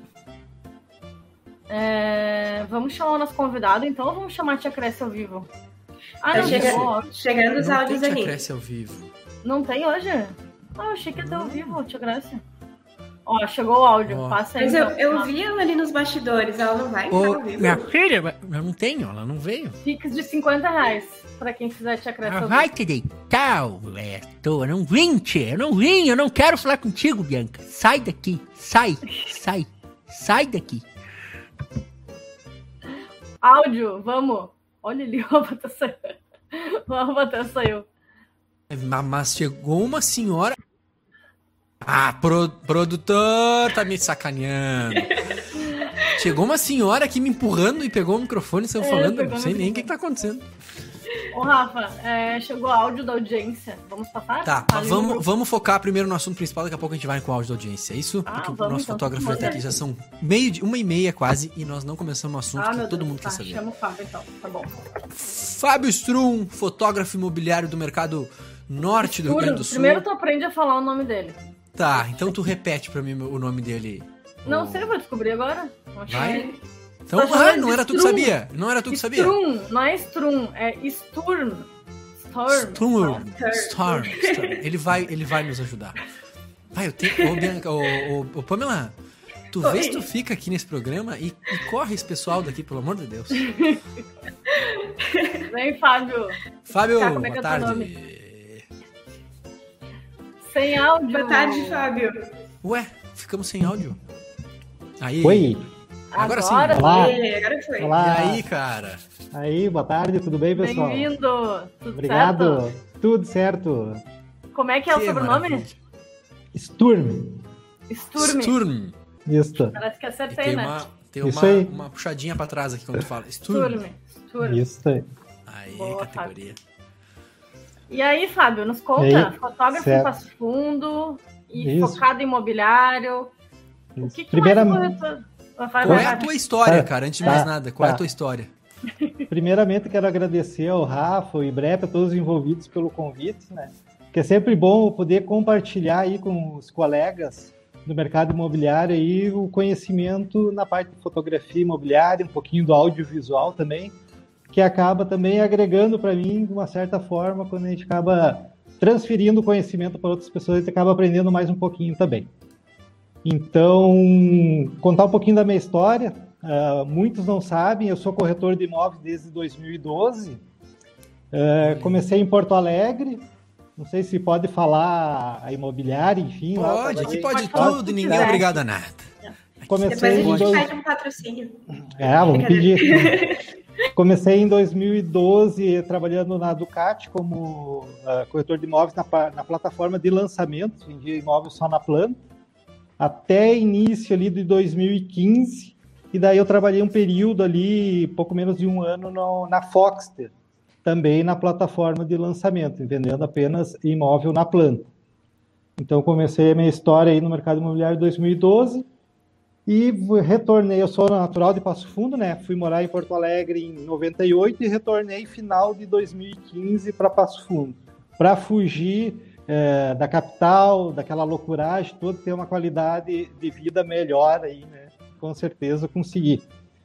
É, vamos chamar o nosso convidado, então, ou vamos chamar a Tia Cresce ao vivo? Ah, Tá não, chega- chegou. Chegando os Não áudios tem Tia aqui. Cresce ao vivo. Não tem hoje? Ah, eu achei que ia ter ao vivo, Tia Cresce. Ó, chegou o áudio, Ó. passa aí. Mas eu, então. eu vi ela ali nos bastidores, ela não vai entrar Ô, ao vivo. minha filha, mas eu não tenho, ela não veio. Pix de cinquenta reais pra quem fizer Tia Cresce Ah, ao vai vivo. te deitar, mulher. Tô, eu não vim, tia. Eu não vim, eu não quero falar contigo, Bianca. Sai daqui, sai, sai, sai daqui. Áudio, vamos. Olha ali, o Avatar saiu. O Avatar saiu. Ma- Mas chegou uma senhora. Ah, pro- produtor, tá me sacaneando. Chegou uma senhora aqui me empurrando e pegou o microfone e saiu É, falando. pegou Não o sei nem o microfone. que, que tá acontecendo. Ô, Rafa, é, chegou áudio da audiência. Vamos passar? Tá, Ali mas no vamos, grupo. vamos focar primeiro no assunto principal. Daqui a pouco a gente vai com o áudio da audiência. É isso? Ah, Porque o vamos, nosso então, fotógrafo tá já tá bom. aqui. Já são meio de, uma e meia quase e nós não começamos o assunto Ah, que meu todo Deus, mundo tá, quer saber. chama o Fábio, então. Tá bom. Fábio Strum, fotógrafo imobiliário do mercado norte do Rio Grande do Sul. Primeiro tu aprende a falar o nome dele. Tá, então tu repete pra mim o nome dele. Não O- sei, eu vou descobrir agora. Acho Vai? que- Então, Tá ah, chamando não de era tu que Strum. sabia? Não era tu que sabia? Strum, não é Strum, é Sturm. Storm. Sturm. Storm. Storm. Ele vai, ele vai nos ajudar. Vai, eu tenho. Ô, Bianca, ô, ô, ô, Pamela, tu vê se tu fica aqui nesse programa e, e corre esse pessoal daqui, pelo amor de Deus. Vem, Fábio. Fábio, Tá, como é que boa é teu tarde. Sem áudio. Boa tarde, Fábio. Ué, ficamos sem áudio. Aí. Oi, Agora, sim. Agora Olá. E agora foi. E olá. aí, cara? Aí, boa tarde, tudo bem, pessoal? Bem-vindo. Tudo Obrigado. certo? Tudo certo. Como é que é o sobrenome? maravilha. Sturm. Sturm. Sturm. Isso. Parece que E acertei, tem né? uma, tem Isso uma, aí. uma puxadinha pra trás aqui quando tu fala. Sturm. Sturm. Sturm. Isso aí. Aí, Boa, categoria. E aí, Fábio, nos conta. E aí? Fotógrafo Certo. em Passo Fundo e Isso. focado em imobiliário. O Isso. que, que Primeiramente, mais... Vai, vai, Qual vai, é a vai. tua história, Tá. cara? Antes de Tá. mais nada, qual é a Tá. tua história? primeiramente quero agradecer ao Rafa, ao Ibrepe, a todos os envolvidos pelo convite, né? Que é sempre bom poder compartilhar aí com os colegas do mercado imobiliário aí o conhecimento na parte de fotografia imobiliária, um pouquinho do audiovisual também, que acaba também agregando para mim de uma certa forma quando a gente acaba transferindo o conhecimento para outras pessoas, a gente acaba aprendendo mais um pouquinho também. Então, contar um pouquinho da minha história. Uh, muitos não sabem, eu sou corretor de imóveis desde dois mil e doze. Uh, comecei em Porto Alegre. Não sei se pode falar a imobiliária, enfim. lá eu Pode, trabalhei- que pode Pode falar tudo, o que ninguém é quiser. obrigado a nada. Depois a Comecei em gente dois... faz um patrocínio. É, vamos pedir. Comecei em dois mil e doze trabalhando na Ducati como uh, corretor de imóveis na, pa- na plataforma de lançamentos, vendia imóveis só na planta, até início ali de dois mil e quinze, e daí eu trabalhei um período ali, pouco menos de um ano, no, na Foxter, também na plataforma de lançamento, vendendo apenas imóvel na planta. Então comecei a minha história aí no mercado imobiliário em dois mil e doze, e retornei, eu sou natural de Passo Fundo, né? Fui morar em Porto Alegre em noventa e oito e retornei final de dois mil e quinze para Passo Fundo, para fugir é, da capital, daquela loucuragem toda, ter uma qualidade de vida melhor aí, né? Com certeza consegui.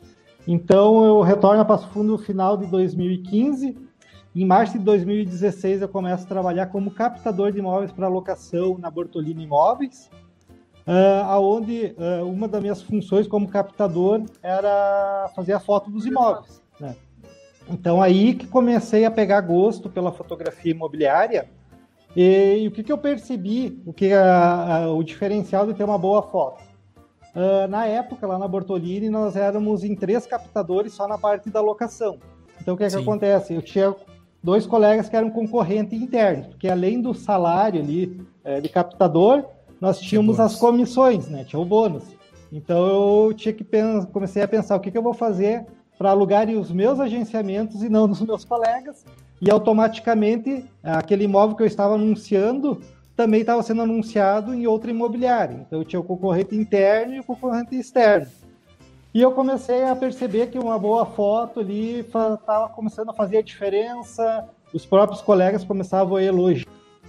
Então eu retorno a Passo Fundo no final de dois mil e quinze. Em março de dois mil e dezesseis eu começo a trabalhar como captador de imóveis para locação na Bortolini Imóveis, Uh, aonde uh, uma das minhas funções como captador era fazer a foto dos imóveis, né? Então aí que comecei a pegar gosto pela fotografia imobiliária e, e o que, que eu percebi, o que a, a, o diferencial de ter uma boa foto. uh, na época, lá na Bortolini, nós éramos em três captadores só na parte da locação. Então, o que é que acontece? Eu tinha dois colegas que eram concorrentes internos, porque além do salário ali é, de captador, nós tínhamos as comissões, né? Tinha o bônus. Então, eu tinha que pensar, comecei a pensar o que, que eu vou fazer para alugar os meus agenciamentos e não dos meus colegas, e automaticamente aquele imóvel que eu estava anunciando também estava sendo anunciado em outra imobiliária. Então eu tinha o concorrente interno e o concorrente externo. E eu comecei a perceber que uma boa foto ali estava começando a fazer a diferença, os próprios colegas começavam a elogiar.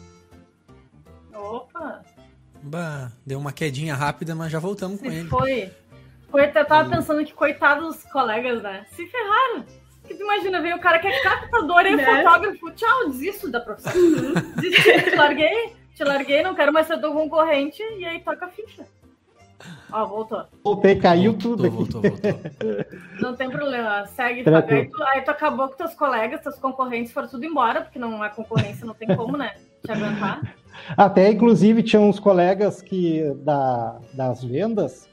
Opa! Bah, deu uma quedinha rápida, mas já voltamos com Se ele. Foi. Eu tava pensando que coitados dos colegas, né? Se ferraram. Porque tu imagina, veio o cara que é captador e né? fotógrafo. Tchau, desisto da profissão. Desisto, te larguei, te larguei, não quero mais ser teu concorrente. E aí toca a ficha. Ó, voltou. Voltei, caiu voltou, tudo aqui. Voltou, voltou. Não tem problema, segue. Aí tu, aí tu acabou com teus colegas, teus concorrentes foram tudo embora, porque não é concorrência, não tem como, né? Te aguentar. Até, inclusive, tinha uns colegas que, da, das vendas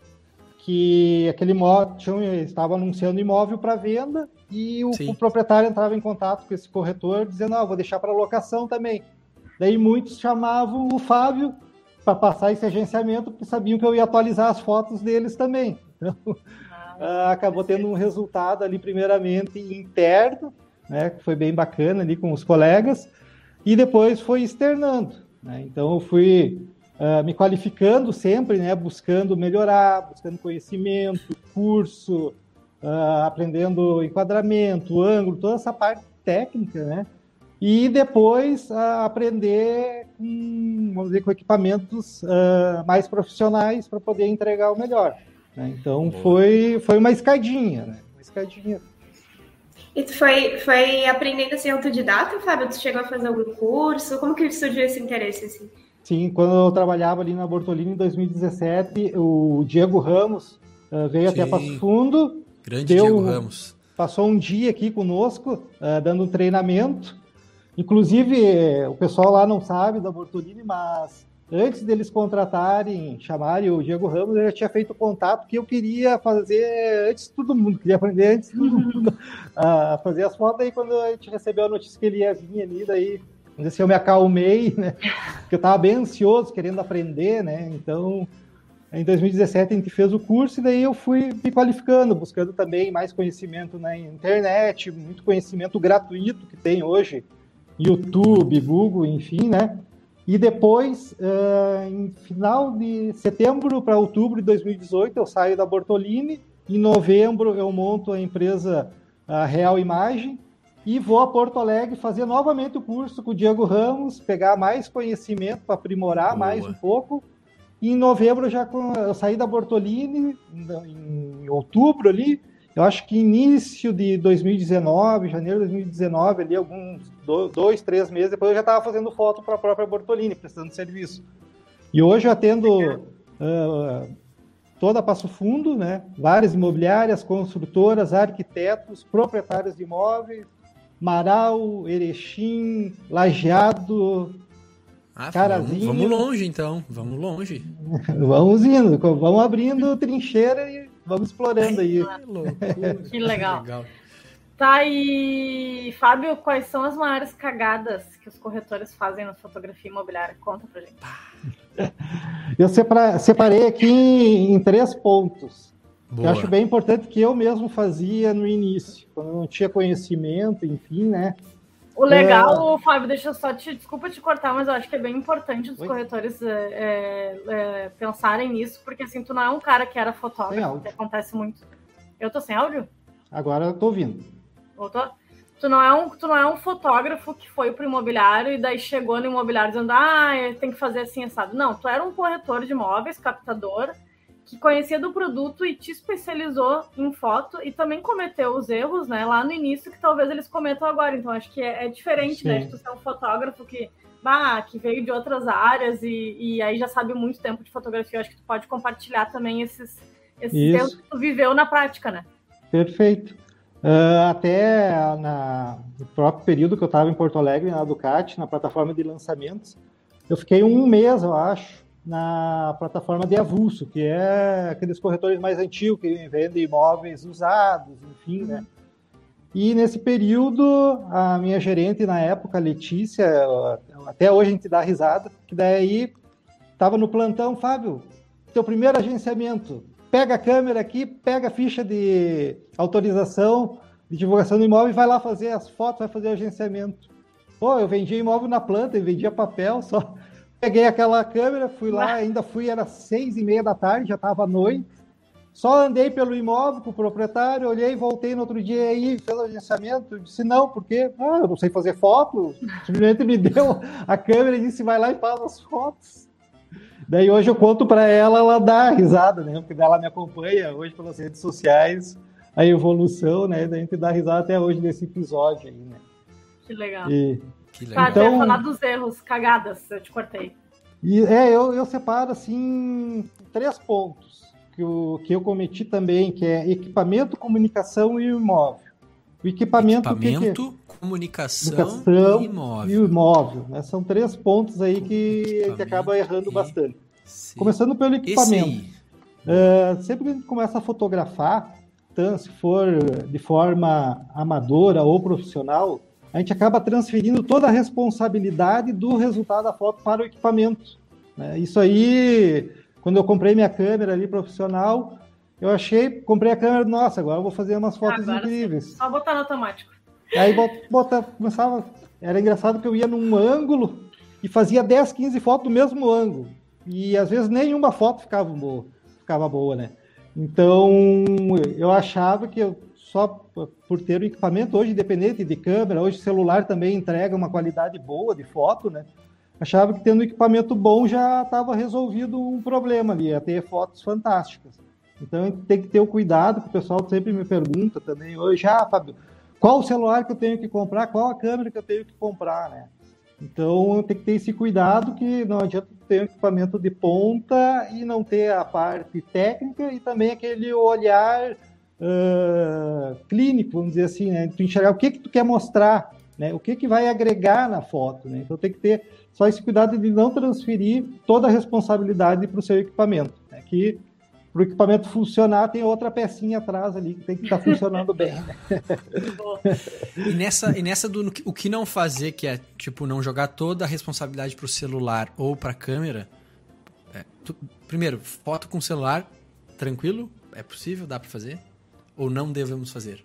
que aquele imóvel, estava anunciando imóvel para venda e o, o proprietário entrava em contato com esse corretor dizendo, ah, vou deixar para locação também. Daí muitos chamavam o Fábio para passar esse agenciamento porque sabiam que eu ia atualizar as fotos deles também. Então, ah, acabou tendo um resultado ali primeiramente interno, né, que foi bem bacana ali com os colegas, e depois foi externando. Né? Então eu fui... Uh, me qualificando sempre, né, buscando melhorar, buscando conhecimento, curso, uh, aprendendo enquadramento, ângulo, toda essa parte técnica, né, e depois uh, aprender com, vamos dizer, com equipamentos uh, mais profissionais para poder entregar o melhor. Né? Então foi, foi uma escadinha, né, uma escadinha. E tu foi, foi aprendendo assim autodidata, Fábio? Tu chegou a fazer algum curso? Como que surgiu esse interesse assim? Sim, quando eu trabalhava ali na Bortolini em dois mil e dezessete, o Diego Ramos uh, veio Sim. até Passo Fundo. Grande deu, Diego Ramos. Passou um dia aqui conosco, uh, dando um treinamento. Inclusive, o pessoal lá não sabe da Bortolini, mas antes deles contratarem, chamarem o Diego Ramos, eu já tinha feito contato que eu queria fazer antes de todo mundo, queria aprender antes de todo mundo a uh, fazer as fotos. Aí quando a gente recebeu a notícia que ele ia vir ali, daí... Vamos dizer assim, eu me acalmei, né? Porque eu estava bem ansioso, querendo aprender, né? Então, em dois mil e dezessete a gente fez o curso e daí eu fui me qualificando, buscando também mais conhecimento na internet, muito conhecimento gratuito que tem hoje, YouTube, Google, enfim, né? E depois, uh, em final de setembro para outubro de dois mil e dezoito, eu saio da Bortolini. Em novembro, eu monto a empresa a Real Imagem, e vou a Porto Alegre fazer novamente o curso com o Diego Ramos, pegar mais conhecimento para aprimorar Boa. mais um pouco. E em novembro eu já eu saí da Bortolini, em, em outubro ali, eu acho que início de dois mil e dezenove, janeiro de dois mil e dezenove, ali, alguns dois, três meses depois, eu já estava fazendo foto para a própria Bortolini, prestando serviço. E hoje eu atendo uh, toda a Passo Fundo, né? Várias imobiliárias, construtoras, arquitetos, proprietários de imóveis, Marau, Erechim, Lajeado, ah, Carazinho. Vamos, vamos longe, então. Vamos longe. Vamos indo. Vamos abrindo trincheira e vamos explorando aí. Que legal. legal. Tá, e Fábio, quais são as maiores cagadas que os corretores fazem na fotografia imobiliária? Conta pra gente. Eu separei aqui em três pontos. Boa. Eu acho bem importante que eu mesmo fazia no início, quando eu não tinha conhecimento, enfim, né? O legal, é... Fábio, deixa eu só te... Desculpa te cortar, mas eu acho que é bem importante os Oi? corretores é, é, é, pensarem nisso, porque assim, tu não é um cara que era fotógrafo, que acontece muito. Eu tô sem áudio? Agora eu tô ouvindo. Voltou? Tu não, é um, tu não é um fotógrafo que foi pro imobiliário e daí chegou no imobiliário dizendo, ah, tem que fazer assim, assado. Não, tu era um corretor de imóveis, captador, que conhecia do produto e te especializou em foto e também cometeu os erros, né, lá no início que talvez eles cometam agora. Então, acho que é, é diferente, Sim. né, de tu ser um fotógrafo que, bah, que veio de outras áreas e, e aí já sabe muito tempo de fotografia. Eu acho que tu pode compartilhar também esses, esses erros que tu viveu na prática, né? Perfeito. Uh, até na, no próprio período que eu estava em Porto Alegre, na Ducati, na plataforma de lançamentos, eu fiquei um mês, eu acho, na plataforma de avulso, que é aqueles corretores mais antigos que vendem imóveis usados, enfim, né? E nesse período, a minha gerente na época, a Letícia, até hoje a gente dá risada, que daí estava no plantão, Fábio, teu primeiro agenciamento, pega a câmera aqui, pega a ficha de autorização de divulgação do imóvel e vai lá fazer as fotos, vai fazer o agenciamento. Pô, eu vendia imóvel na planta, eu vendia papel, só peguei aquela câmera, fui lá, ainda fui, era seis e meia da tarde, já estava à noite, só andei pelo imóvel com o proprietário, olhei, voltei no outro dia aí, fez o agenciamento, eu disse não, porque ah, eu não sei fazer foto, simplesmente me deu a câmera e disse vai lá e faz as fotos. Daí hoje eu conto para ela, ela dá risada, né, porque ela me acompanha hoje pelas redes sociais, a evolução, né, da gente dá risada até hoje desse episódio aí, né. Que legal. E, que legal. Tá, então, falar dos erros, cagadas, eu te cortei. E, é, eu, eu separo, assim, três pontos. Que, o, que eu cometi também, que é equipamento, comunicação e imóvel. O equipamento, equipamento que que é? comunicação, comunicação e imóvel. E o imóvel, né? São três pontos aí que a gente acaba errando e... bastante. Sim. Começando pelo equipamento. Uh, sempre que a gente começa a fotografar, tanto se for de forma amadora ou profissional, a gente acaba transferindo toda a responsabilidade do resultado da foto para o equipamento. Né? Isso aí... Quando eu comprei minha câmera ali profissional, eu achei, comprei a câmera, nossa, agora eu vou fazer umas fotos agora incríveis. Sim. Só botar no automático. Aí bota, começava, era engraçado que eu ia num ângulo e fazia dez, quinze fotos do mesmo ângulo. E às vezes nenhuma foto ficava boa, ficava boa, né? Então eu achava que eu, só por ter o equipamento hoje, independente de câmera, hoje o celular também entrega uma qualidade boa de foto, né? Achava que tendo equipamento bom já estava resolvido um problema ali, ia ter fotos fantásticas. Então a gente tem que ter o cuidado, que o pessoal sempre me pergunta também hoje, ah, Fábio, qual o celular que eu tenho que comprar, qual a câmera que eu tenho que comprar, né? Então tem que ter esse cuidado que não adianta ter um equipamento de ponta e não ter a parte técnica e também aquele olhar uh, clínico, vamos dizer assim, né? Tu enxergar o que que tu quer mostrar, né? O que que vai agregar na foto, né? Então tem que ter só esse cuidado de não transferir toda a responsabilidade para o seu equipamento. Né? Que para o equipamento funcionar, tem outra pecinha atrás ali que tem que estar tá funcionando bem. Né? E nessa, e nessa do o que não fazer, que é tipo não jogar toda a responsabilidade para o celular ou para a câmera. É, tu, primeiro, foto com celular, tranquilo? É possível? Dá para fazer? Ou não devemos fazer?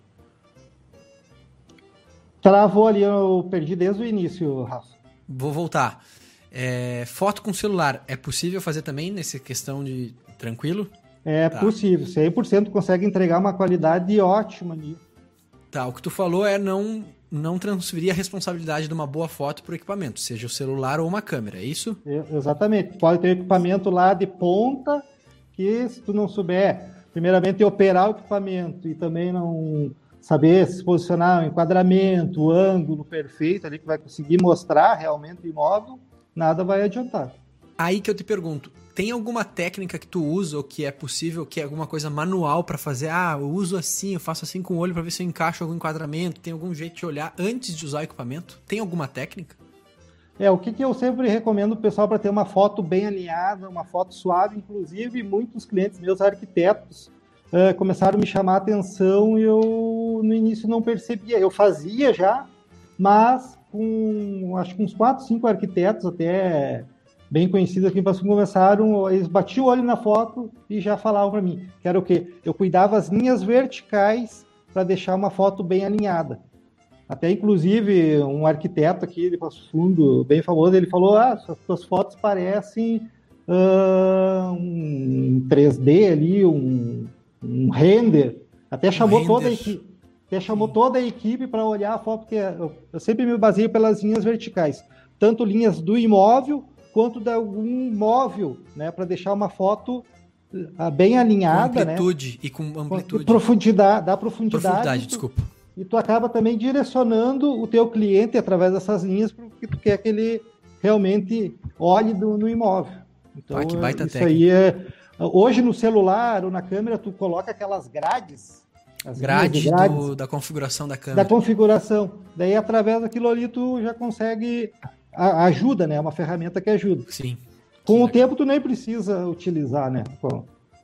Travou ali, eu perdi desde o início, Rafa. Vou voltar. É, foto com celular, é possível fazer também nessa questão de tranquilo? É tá. Possível, cem por cento consegue entregar uma qualidade ótima ali. Tá, o que tu falou é não, não transferir a responsabilidade de uma boa foto para o equipamento, seja o celular ou uma câmera, é isso? É, exatamente, pode ter equipamento lá de ponta, que se tu não souber, primeiramente operar o equipamento e também não... saber se posicionar, o enquadramento, o ângulo perfeito ali que vai conseguir mostrar realmente o imóvel, nada vai adiantar. Aí que eu te pergunto, tem alguma técnica que tu usa ou que é possível, que é alguma coisa manual para fazer? Ah, eu uso assim, eu faço assim com o olho para ver se eu encaixo algum enquadramento, tem algum jeito de olhar antes de usar o equipamento? Tem alguma técnica? É, o que, que eu sempre recomendo pro pessoal para ter uma foto bem alinhada, uma foto suave, inclusive muitos clientes meus arquitetos Uh, começaram a me chamar a atenção e eu no início não percebia. Eu fazia já, mas com acho que uns quatro, cinco arquitetos até bem conhecidos aqui em Passo Fundo começaram, eles batiam o olho na foto e já falavam para mim que era o quê? Eu cuidava as linhas verticais para deixar uma foto bem alinhada. Até inclusive um arquiteto aqui de Passo Fundo, bem famoso, ele falou, ah, suas fotos parecem uh, um três D ali, um um render, até chamou, um render. Toda, a equipe, até chamou toda a equipe para olhar a foto, porque eu, eu sempre me baseio pelas linhas verticais, tanto linhas do imóvel quanto de algum móvel, né, para deixar uma foto uh, bem alinhada, com amplitude, né? E com amplitude. Com profundidade, dá profundidade. Profundidade, tu, desculpa. E tu acaba também direcionando o teu cliente através dessas linhas porque tu quer que ele realmente olhe do, no imóvel. Então, ah, que baita isso técnica. Aí é... Hoje no celular ou na câmera tu coloca aquelas grades. As grades, grades do, da configuração da câmera. Da configuração. Daí através daquilo ali tu já consegue... A, ajuda, né? É uma ferramenta que ajuda. Sim. Com o tempo, tu nem precisa utilizar, né? Bom,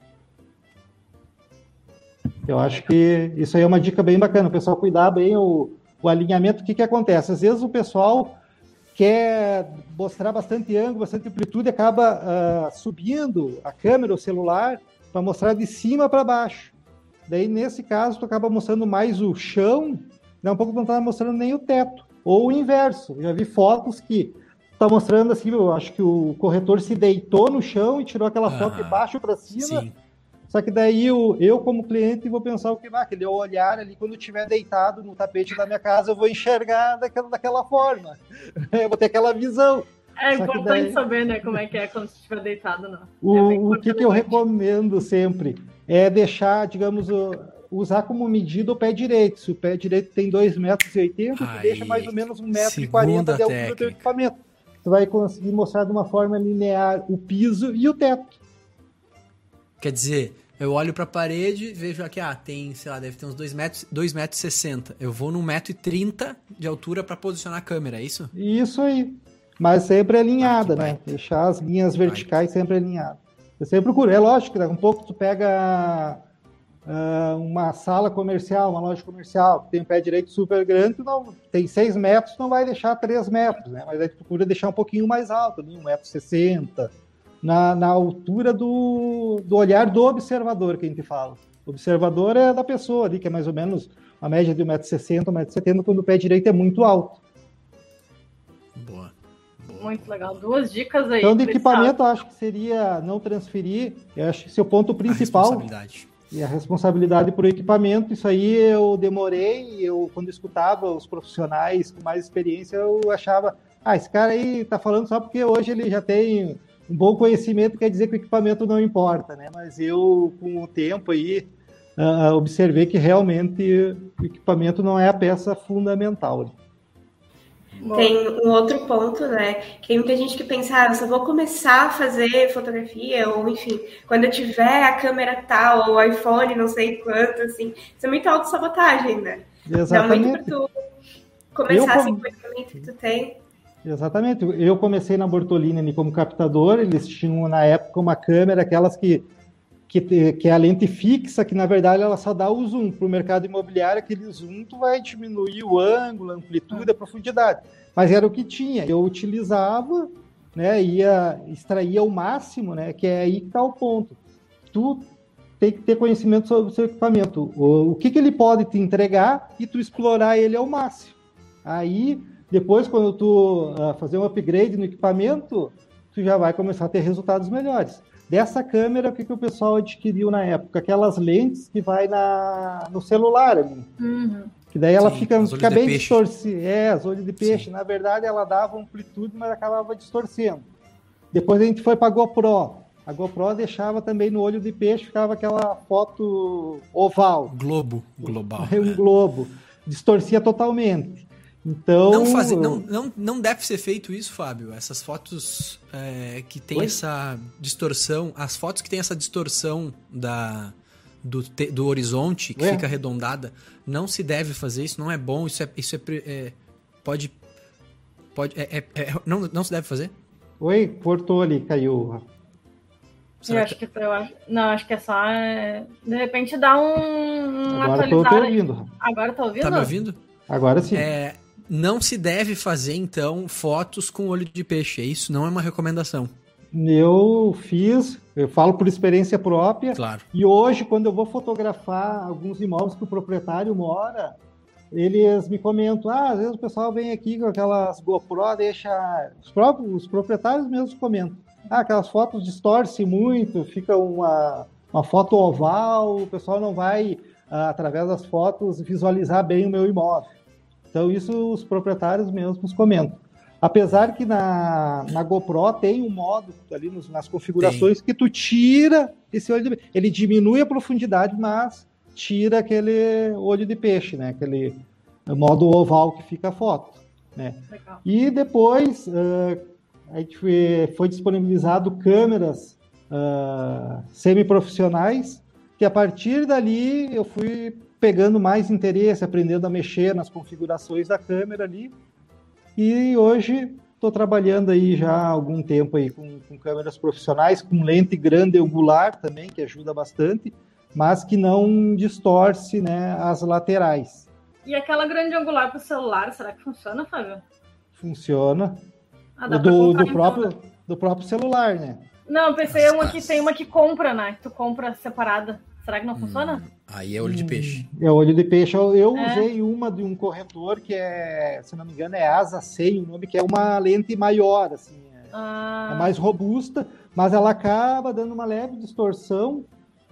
eu acho que isso aí é uma dica bem bacana, o pessoal cuidar bem o, o alinhamento. O que que acontece? Às vezes o pessoal quer mostrar bastante ângulo, bastante amplitude, acaba uh, subindo a câmera, o celular, para mostrar de cima para baixo. Daí, nesse caso, tu acaba mostrando mais o chão, né? Um pouco não tá mostrando nem o teto. Ou o inverso. Eu já vi fotos que tá mostrando assim, eu acho que o corretor se deitou no chão e tirou aquela ah, foto de baixo para cima. Sim. Só que daí eu, eu, como cliente, vou pensar o que vai, aquele olhar ali, quando eu estiver deitado no tapete da minha casa, eu vou enxergar daquela, daquela forma. Eu vou ter aquela visão. É Só importante daí... saber, né, como é que é quando você estiver deitado, não. O, é o que, que eu recomendo sempre é deixar, digamos, usar como medida o pé direito. Se o pé direito tem dois metros e oitenta, tu deixa mais ou menos um metro e quarenta de altura do teu equipamento. Tu vai conseguir mostrar de uma forma linear o piso e o teto. Quer dizer, eu olho para a parede, vejo aqui, ah, tem, sei lá, deve ter uns dois metros, dois metros e sessenta. Eu vou num um metro e trinta de altura para posicionar a câmera, é isso? Isso aí. Mas sempre alinhada, ah, né? Deixar as linhas verticais vai. sempre alinhadas. Eu sempre procuro. É lógico, né? Um pouco tu pega uh, uma sala comercial, uma loja comercial, que tem um pé direito super grande, tu não, tem seis metros, não vai deixar três metros, né? Mas aí tu procura deixar um pouquinho mais alto, ali, um metro e sessenta. Na, na altura do, do olhar do observador, que a gente fala. O observador é da pessoa ali, que é mais ou menos uma média de um metro e sessenta, um metro e setenta, quando o pé direito é muito alto. Boa. Boa. Muito legal. Duas dicas aí. Então, de equipamento, eu acho que seria não transferir. Eu acho que esse é o ponto principal. A responsabilidade. E a responsabilidade por equipamento. Isso aí eu demorei. Eu, quando escutava os profissionais com mais experiência, eu achava, ah, esse cara aí tá falando só porque hoje ele já tem um bom conhecimento, quer dizer que o equipamento não importa, né? Mas eu, com o tempo aí, uh, observei que realmente o equipamento não é a peça fundamental. Tem um outro ponto, né? Que tem muita gente que pensa, ah, eu só vou começar a fazer fotografia, ou enfim, quando eu tiver a câmera tal, ou o iPhone, não sei quanto, assim. Isso é muita autossabotagem, né? Exatamente. Dá muito pra tu começar eu, assim, com o equipamento que tu tem. Exatamente. Eu comecei na Bortolini como captador, eles tinham na época uma câmera, aquelas que, que, que é a lente fixa, que na verdade ela só dá o zoom. Para o mercado imobiliário, aquele zoom tu vai diminuir o ângulo, a amplitude, a profundidade. Mas era o que tinha. Eu utilizava, né, ia extraía o máximo, né, que é aí que está o ponto. Tu tem que ter conhecimento sobre o seu equipamento. O, o que, que ele pode te entregar e tu explorar ele ao máximo. Aí... Depois, quando tu uh, fazer um upgrade no equipamento, tu já vai começar a ter resultados melhores. Dessa câmera, o que, que o pessoal adquiriu na época? Aquelas lentes que vai na, no celular ali. Uhum. Que daí ela Sim, fica, fica bem distorcida. É, as olhos de peixe. Sim. Na verdade, ela dava amplitude, mas acabava distorcendo. Depois a gente foi para a GoPro. A GoPro deixava também no olho de peixe, ficava aquela foto oval. Globo, global. Um é. globo. Distorcia totalmente. Então... Não, fazer, não, não, não deve ser feito isso, Fábio. Essas fotos é, que tem Oi? essa distorção, as fotos que tem essa distorção da, do, te, do horizonte, que Ué? fica arredondada, não se deve fazer isso, não é bom, isso é, isso é, é pode, pode, é, é, é, não, não se deve fazer? Oi, cortou ali, caiu. Eu acho que, eu acho, não, acho que é só, é, de repente dá um, um Agora tô te ouvindo. Agora tá ouvindo? Tá me ouvindo? Agora sim. É... Não se deve fazer, então, fotos com olho de peixe. Isso não é uma recomendação. Eu fiz, eu falo por experiência própria. Claro. E hoje, quando eu vou fotografar alguns imóveis que o proprietário mora, eles me comentam, ah, às vezes o pessoal vem aqui com aquelas GoPro, deixa... Os próprios os proprietários mesmos comentam. Ah, aquelas fotos distorcem muito, fica uma, uma foto oval, o pessoal não vai, ah, através das fotos, visualizar bem o meu imóvel. Então, isso os proprietários mesmos comentam. Apesar que na, na GoPro tem um modo ali nos, nas configurações tem. que tu tira esse olho de peixe. Ele diminui a profundidade, mas tira aquele olho de peixe, né? Aquele modo oval que fica a foto. Né? E depois, uh, a gente foi, foi disponibilizado câmeras uh, semi-profissionais, que a partir dali eu fui pegando mais interesse, aprendendo a mexer nas configurações da câmera ali. E hoje estou trabalhando aí já há algum tempo aí com, com câmeras profissionais, com lente grande angular também, que ajuda bastante, mas que não distorce, né, as laterais. E aquela grande angular para o celular, será que funciona, Fábio? Funciona. Ah, dá do, colocar, do, próprio, então, né? do próprio celular, né? Não, pensei uma que tem uma que compra, né? Que tu compra separada. Será que não funciona? Hum, aí é olho de peixe. É olho de peixe. Eu, eu É. usei uma de um corretor que é, se não me engano, é Asa cem, o nome, que é uma lente maior, assim. É, Ah. é mais robusta, mas ela acaba dando uma leve distorção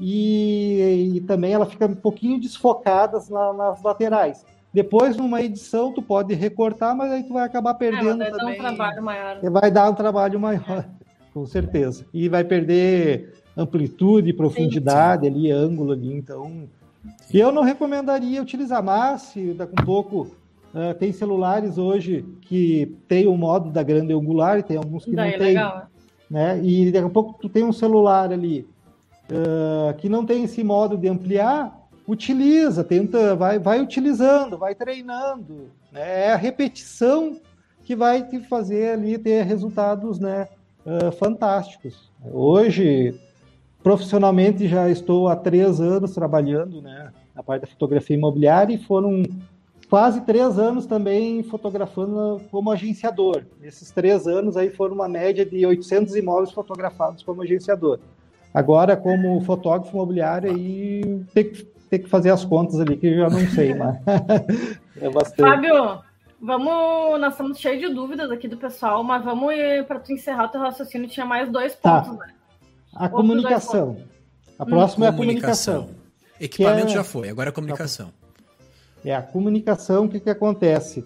e, e também ela fica um pouquinho desfocada na, nas laterais. Depois, numa edição, tu pode recortar, mas aí tu vai acabar perdendo é, vai também. Dar um trabalho maior. Vai dar um trabalho maior, com certeza. E vai perder amplitude, profundidade, sim, sim, ali, ângulo ali, então... E eu não recomendaria utilizar, mas se daqui a um pouco uh, tem celulares hoje que tem o modo da grande angular e tem alguns que Daí, não tem, legal, né? E daqui a pouco tu tem um celular ali uh, que não tem esse modo de ampliar, utiliza, tenta, vai, vai utilizando, vai treinando, né? É a repetição que vai te fazer ali ter resultados, né, uh, fantásticos. Hoje, profissionalmente, já estou há três anos trabalhando, né, na parte da fotografia imobiliária, e foram quase três anos também fotografando como agenciador. Nesses três anos aí foram uma média de oitocentos imóveis fotografados como agenciador. Agora, como fotógrafo imobiliário, aí tem que, tem que fazer as contas ali, que eu já não sei, mas é bastante. Fábio, vamos, nós estamos cheios de dúvidas aqui do pessoal, mas vamos, para tu encerrar o teu raciocínio, tinha mais dois pontos, tá, né? A Outro comunicação. A próxima hum. é a comunicação. Equipamento é... já foi, agora é a comunicação. É a comunicação, o que, que acontece?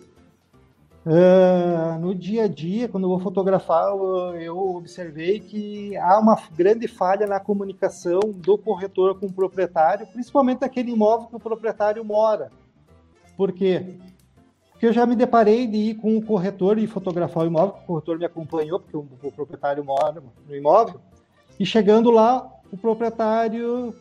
Uh, no dia a dia, quando eu vou fotografar, eu, eu observei que há uma grande falha na comunicação do corretor com o proprietário, principalmente aquele imóvel que o proprietário mora. Por quê? Porque eu já me deparei de ir com o corretor e fotografar o imóvel, o corretor me acompanhou, porque o, o proprietário mora no imóvel, e chegando lá, o proprietário,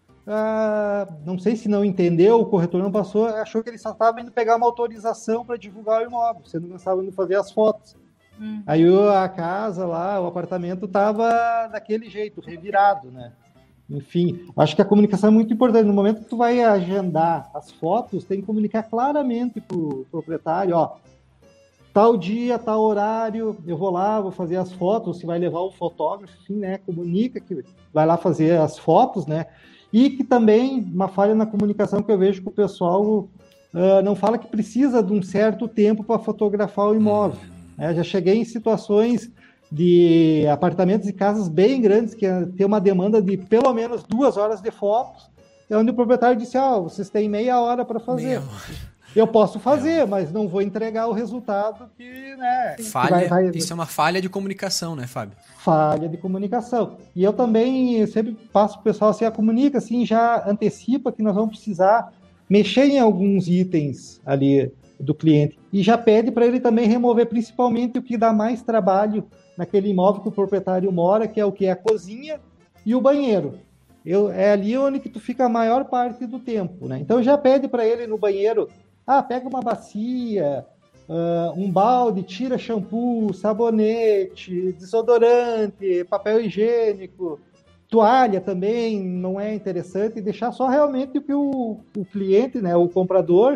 ah, não sei se não entendeu, o corretor não passou, achou que ele só estava indo pegar uma autorização para divulgar o imóvel, sendo que não estava indo fazer as fotos. Hum. Aí a casa lá, o apartamento estava daquele jeito, revirado, né? Enfim, acho que a comunicação é muito importante. No momento que tu vai agendar as fotos, tem que comunicar claramente para o proprietário, ó, tal dia, tal horário, eu vou lá, vou fazer as fotos, se vai levar o fotógrafo, enfim, né, comunica que vai lá fazer as fotos, né, e que também, uma falha na comunicação que eu vejo que o pessoal uh, não fala que precisa de um certo tempo para fotografar o imóvel. É, já cheguei em situações de apartamentos e casas bem grandes, que tem uma demanda de pelo menos duas horas de fotos, é onde o proprietário disse, ó, oh, vocês têm meia hora para fazer. Meia. Eu posso fazer, mas não vou entregar o resultado que, né... Falha, que vai, vai... Isso é uma falha de comunicação, né, Fábio? Falha de comunicação. E eu também sempre passo para o pessoal, assim, a comunica, assim, já antecipa que nós vamos precisar mexer em alguns itens ali do cliente. E já pede para ele também remover principalmente o que dá mais trabalho naquele imóvel que o proprietário mora, que é o que? A cozinha e o banheiro. Eu, é ali onde que tu fica a maior parte do tempo, né? Então já pede para ele no banheiro... Ah, pega uma bacia, uh, um balde, tira shampoo, sabonete, desodorante, papel higiênico, toalha também, não é interessante, deixar só realmente o que o, o cliente, né, o comprador,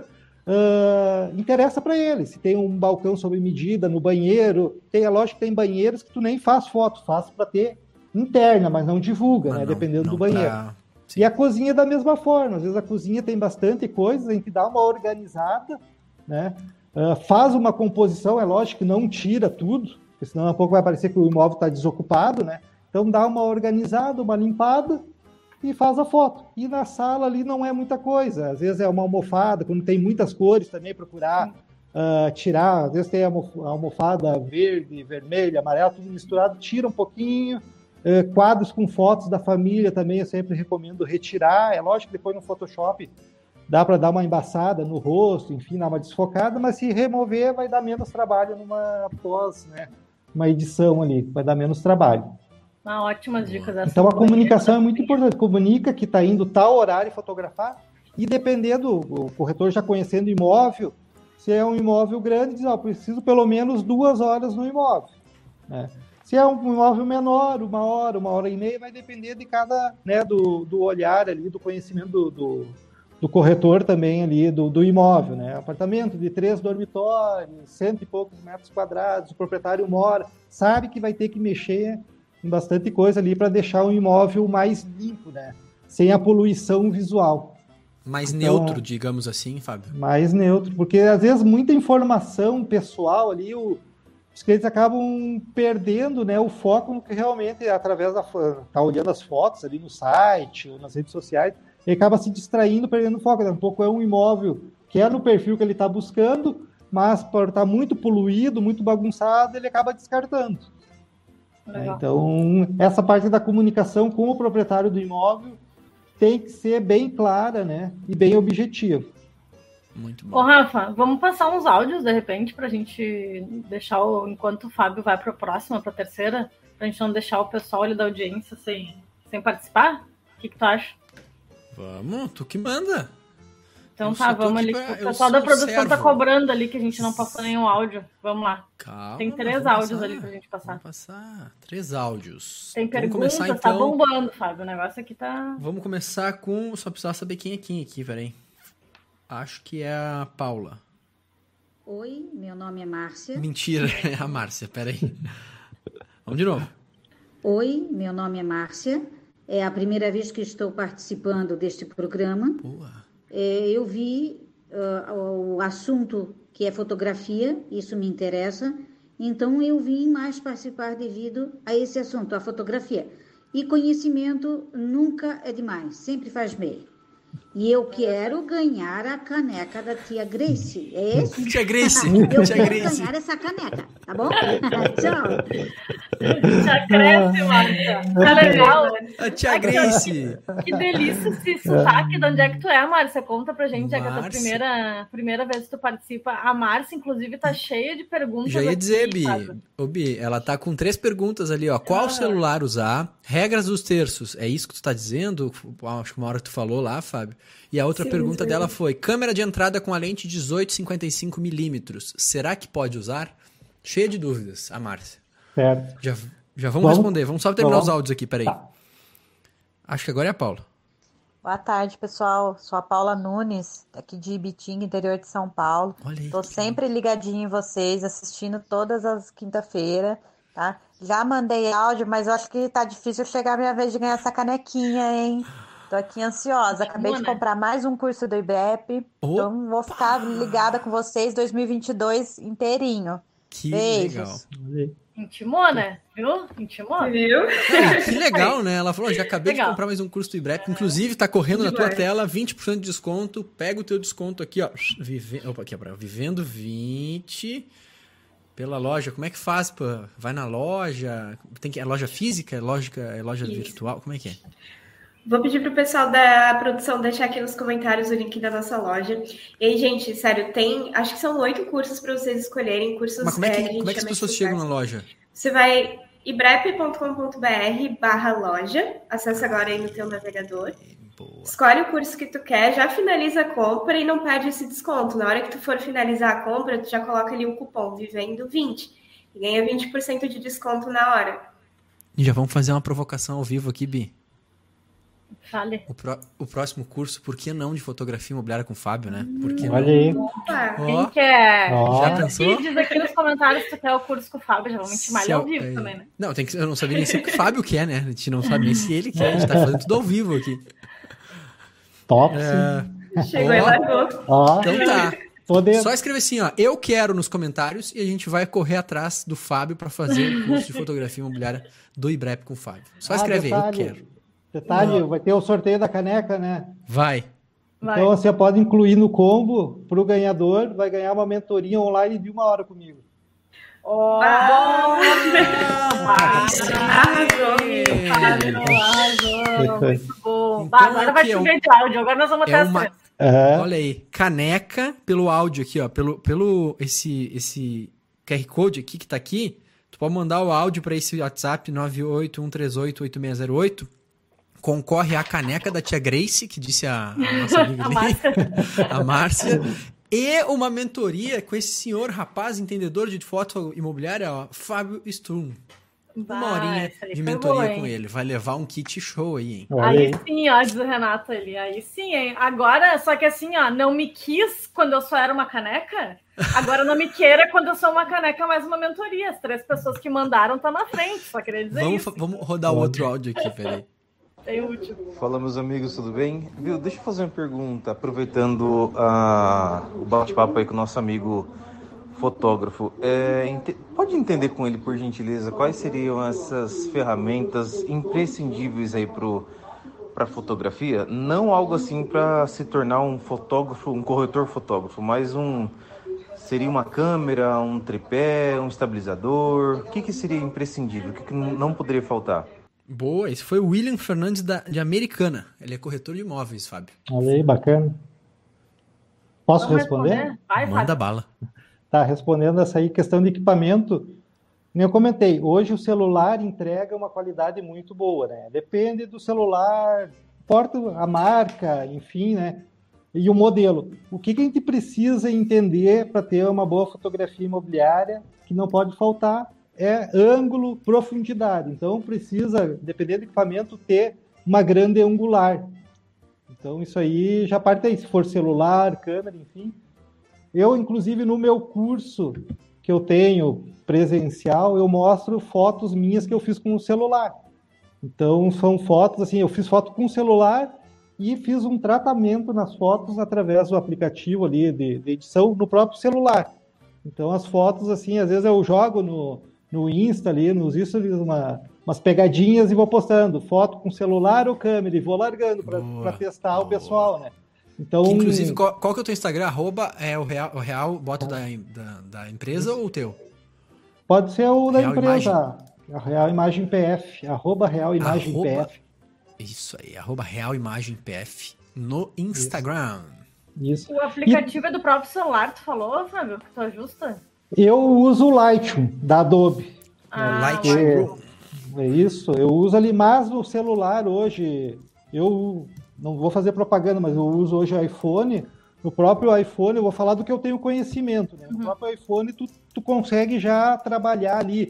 uh, interessa para ele. Se tem um balcão sob medida no banheiro, tem, é lógico que tem banheiros que tu nem faz foto, faz para ter interna, mas não divulga, mas né, não, dependendo não do banheiro. Pra... E a cozinha da mesma forma, às vezes a cozinha tem bastante coisa, a gente dá uma organizada, né? Uh, faz uma composição, é lógico que não tira tudo, porque senão a pouco vai parecer que o imóvel está desocupado, né? Então dá uma organizada, uma limpada e faz a foto. E na sala ali não é muita coisa, às vezes é uma almofada, quando tem muitas cores também, procurar uh, tirar, às vezes tem a almofada verde, vermelha, amarela, tudo misturado, tira um pouquinho. Uh, quadros com fotos da família também eu sempre recomendo retirar. É lógico que depois no Photoshop dá para dar uma embaçada no rosto, enfim, dar uma desfocada, mas se remover vai dar menos trabalho numa pós, né, uma edição ali, vai dar menos trabalho. Ah, ótimas dicas. Essa então a comunicação é muito importante. Comunica que está indo tal horário fotografar e dependendo, o corretor já conhecendo o imóvel, Se é um imóvel grande, diz, ó, preciso pelo menos duas horas no imóvel. Né? Se é um imóvel menor, uma hora, uma hora e meia, vai depender de cada, né, do, do olhar ali, do conhecimento do, do, do corretor também ali, do, do imóvel, né? Apartamento de três dormitórios, cento e poucos metros quadrados, o proprietário mora, sabe que vai ter que mexer em bastante coisa ali para deixar o imóvel mais limpo, né? Sem a poluição visual. Mais então, neutro, digamos assim, Fábio. Mais neutro, porque às vezes muita informação pessoal ali, o, os clientes acabam perdendo, né, o foco no que realmente, através da... tá olhando as fotos ali no site ou nas redes sociais, ele acaba se distraindo, perdendo o foco. Um pouco é um imóvel que é no perfil que ele está buscando, mas por estar muito poluído, muito bagunçado, ele acaba descartando. É, então, essa parte da comunicação com o proprietário do imóvel tem que ser bem clara, né? E bem objetiva. Muito bom. Ô, Rafa, vamos passar uns áudios, de repente, para a gente deixar, o, enquanto o Fábio vai para a próxima, para a terceira, para a gente não deixar o pessoal ali da audiência sem, sem participar? O que, que tu acha? Vamos, tu que manda. Então tá, vamos ali. Pra... O pessoal da produção servo. Tá cobrando ali que a gente não passou nenhum áudio. Vamos lá. Calma, tem três áudios passar, ali pra gente passar. Vamos passar. Três áudios. Tem vamos perguntas, começar, então... tá bombando, Fábio. O negócio aqui tá... Vamos começar com... Só precisava saber quem é quem aqui, peraí. Acho que é a Paula. Oi, meu nome é Márcia. Mentira, é a Márcia, peraí. Vamos de novo. Oi, meu nome é Márcia. É a primeira vez que estou participando deste programa. Boa. É, eu vi uh, o assunto que é fotografia, isso me interessa, então eu vim mais participar devido a esse assunto, a fotografia. E conhecimento nunca é demais, sempre faz bem. E eu quero ganhar a caneca da tia Grace. É isso? Tia Grace. Eu tia quero Grace. ganhar essa caneca, tá bom? Tchau. Já cresce, Márcia. Tá legal. A tia Grace. Que delícia esse sotaque. De onde é que tu é, Márcia? Conta pra gente. É que a tua primeira, primeira vez que tu participa. A Márcia, inclusive, tá cheia de perguntas. Já ia aqui, dizer, Bi. Ô, Bi, ela tá com três perguntas ali, ó. Qual ah. celular usar? Regras dos terços. É isso que tu tá dizendo? Acho que uma hora tu falou lá, Fábio. E a outra sim, pergunta sim. dela foi: câmera de entrada com a lente dezoito cinquenta e cinco milímetros. Será que pode usar? Cheia de dúvidas, a Márcia. Certo. Já, já vamos, vamos responder. Vamos só terminar vamos. os áudios aqui, peraí. Tá. Acho que agora é a Paula. Boa tarde, pessoal. Sou a Paula Nunes, aqui de Ibitinga, interior de São Paulo. Olha aí, Tô sempre ligadinha em vocês, assistindo todas as quinta-feiras, tá? Já mandei áudio, mas eu acho que tá difícil chegar a minha vez de ganhar essa canequinha, hein? Tô aqui ansiosa. Acabei Boa, de comprar né? mais um curso do I B E P. Opa! Então vou ficar ligada com vocês dois mil e vinte e dois inteirinho. Que Beijos. legal. Intimou, né? Viu? Intimou? Viu? Ah, que legal, né? Ela falou, já acabei legal. de comprar mais um curso do I B E P. Inclusive, tá correndo na tua tela, vinte por cento de desconto. Pega o teu desconto aqui, ó. Vive... Opa, aqui, ó. Vivendo vinte pela loja. Como é que faz? Pô? Vai na loja? Tem que... É loja física? É loja, é loja virtual? Como é que é? Vou pedir pro pessoal da produção deixar aqui nos comentários o link da nossa loja. E aí, gente, sério, tem... Acho que são oito cursos para vocês escolherem. Cursos Mas como é que, é, como é que as pessoas chegam na loja? Você vai ibrep ponto com ponto br barra loja. Acessa agora aí no teu navegador. Boa. Escolhe o curso que tu quer, já finaliza a compra e não perde esse desconto. Na hora que tu for finalizar a compra, tu já coloca ali o cupom Vivendo vinte e ganha vinte por cento de desconto na hora. E já vamos fazer uma provocação ao vivo aqui, Bi. Fale. O, pro, o próximo curso, por que não de fotografia imobiliária com o Fábio, né? Por que Olha não? aí. Opa, quem oh, quer? Oh. Já pensou? Diz aqui nos comentários se tu quer o curso com o Fábio, já vamos intimar ele ao vivo é... também, né? Não, tem que, eu não sabia nem se o Fábio quer, né? A gente não sabe nem se ele quer, a gente tá fazendo tudo ao vivo aqui. Top, é... Chegou e largou. Ó. Então tá. Poder. Só escrever assim, ó, eu quero nos comentários e a gente vai correr atrás do Fábio para fazer o curso de fotografia imobiliária do I B E P com o Fábio. Só ah, escrever, detalhe, eu quero. Detalhe, vai ter o sorteio da caneca, né? Vai. Então vai. Você pode incluir no combo para o ganhador, vai ganhar uma mentoria online de uma hora comigo. Oh! Muito bom. Então, agora vai chover de áudio, agora nós vamos é até uma... Uhum. Olha aí, caneca pelo áudio aqui, ó, pelo, pelo esse, esse Q R Code aqui que tá aqui, tu pode mandar o áudio para esse WhatsApp nove oito um três oito oito seis zero oito, concorre à caneca da tia Grace, que disse a, a nossa amiga ali, a Márcia, e uma mentoria com esse senhor rapaz entendedor de foto imobiliária, ó, Fábio Sturm. Uma Bah, horinha essa aí de foi mentoria boa, hein? com ele. Vai levar um kit show aí, hein? Olha Aí aí. sim, ó, diz o Renato ali. Aí sim, hein? Agora, só que assim, ó, não me quis quando eu só era uma caneca. Agora não me queira quando eu sou uma caneca mais uma mentoria. As três pessoas que mandaram tá na frente, só queria dizer Vamos, isso. fa- vamos rodar o outro áudio aqui, peraí. Tem o último. Fala, meus amigos, tudo bem? Viu, deixa eu fazer uma pergunta, aproveitando ah, o bate-papo aí com o nosso amigo fotógrafo. É, ente- pode entender com ele, por gentileza, quais seriam essas ferramentas imprescindíveis aí para a fotografia? Não algo assim para se tornar um fotógrafo, um corretor fotógrafo, mas um seria uma câmera, um tripé, um estabilizador. O que, que seria imprescindível? O que, que não poderia faltar? Boa, esse foi o William Fernandes da, de Americana. Ele é corretor de imóveis, Fábio. Olha aí, bacana. Posso Vamos responder? Vai, Manda Fábio. bala. Tá, respondendo essa aí, questão de equipamento, nem eu comentei, hoje o celular entrega uma qualidade muito boa, né? Depende do celular, importa a marca, enfim, né? E o modelo. O que, que a gente precisa entender para ter uma boa fotografia imobiliária, que não pode faltar, é ângulo, profundidade. Então, precisa, dependendo do equipamento, ter uma grande angular. Então, isso aí já parte aí, se for celular, câmera, enfim. Eu, inclusive, no meu curso que eu tenho presencial, eu mostro fotos minhas que eu fiz com o celular. Então, são fotos, assim, eu fiz foto com o celular e fiz um tratamento nas fotos através do aplicativo ali de, de edição no próprio celular. Então, as fotos, assim, às vezes eu jogo no, no Insta ali, nos stories, uma, umas pegadinhas e vou postando foto com celular ou câmera e vou largando para testar boa. o pessoal, né? Então, Que, inclusive, qual, qual que é o teu Instagram? Arroba é o real, o real bota da, da, da empresa ou o teu? pode ser o da Real empresa, a Real Imagem P F, arroba Real Imagem Arroba- P F. Isso aí, arroba Real Imagem P F no Instagram. Isso. O aplicativo é do próprio celular, tu falou, Fábio? Que tu ajusta? Eu uso o Lightroom da Adobe. Ah, Lightroom. É isso, eu uso ali mais no celular hoje. Eu não vou fazer propaganda, mas eu uso hoje o iPhone. No próprio iPhone, eu vou falar do que eu tenho conhecimento, né? No Uhum. próprio iPhone, tu, tu consegue já trabalhar ali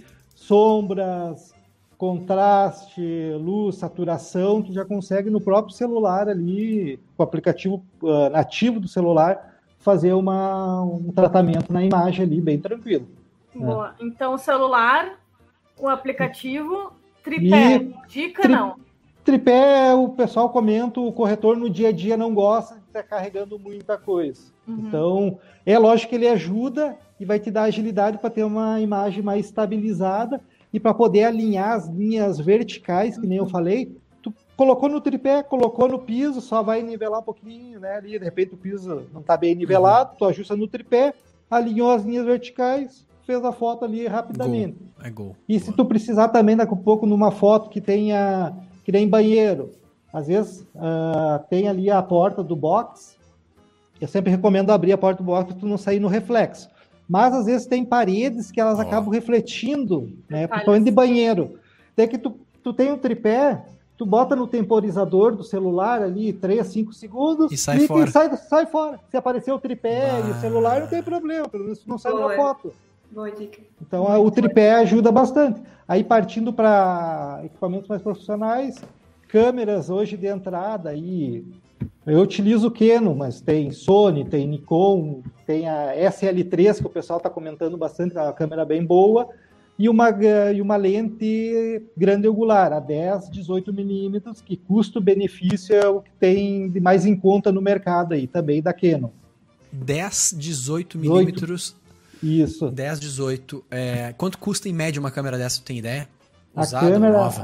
sombras, contraste, luz, saturação, tu já consegue no próprio celular ali, com o aplicativo uh, nativo do celular, fazer uma, um tratamento na imagem ali, bem tranquilo. Boa. Então, o celular, o aplicativo, tripé. E Dica, tri- não. Tripé, o pessoal comenta, o corretor no dia a dia não gosta de estar carregando muita coisa. Uhum. Então, é lógico que ele ajuda e vai te dar agilidade para ter uma imagem mais estabilizada e para poder alinhar as linhas verticais, que nem eu falei. Tu colocou no tripé, colocou no piso, só vai nivelar um pouquinho, né? Ali, de repente o piso não está bem nivelado, tu ajusta no tripé, alinhou as linhas verticais, fez a foto ali rapidamente. Gol. É gol. E se tu precisar também, daqui a pouco, numa foto que tenha, que nem banheiro, às vezes uh, tem ali a porta do box, eu sempre recomendo abrir a porta do box para tu não sair no reflexo. Mas às vezes tem paredes que elas Ó. acabam refletindo, né? Detalhes. Principalmente de banheiro. Até que tu, tu tem um tripé, tu bota no temporizador do celular ali três, cinco segundos E sai clica fora. e sai, sai fora. Se aparecer o tripé Bah. e o celular, não tem problema, pelo menos tu não sai Boa. na foto. Boa dica. Então, a- o tripé ajuda bastante. Aí, partindo para equipamentos mais profissionais, câmeras hoje de entrada, aí, eu utilizo o Canon, mas tem Sony, tem Nikon, tem a S L três, que o pessoal está comentando bastante, que é uma câmera bem boa, e uma, e uma lente grande angular, a dez, dezoito milímetros, que custo-benefício é o que tem de mais em conta no mercado aí, também da Canon. dez, dezoito milímetros. Isso. dez, dezoito. É, quanto custa em média uma câmera dessa? Tu tem ideia? A Usada, câmera, nova?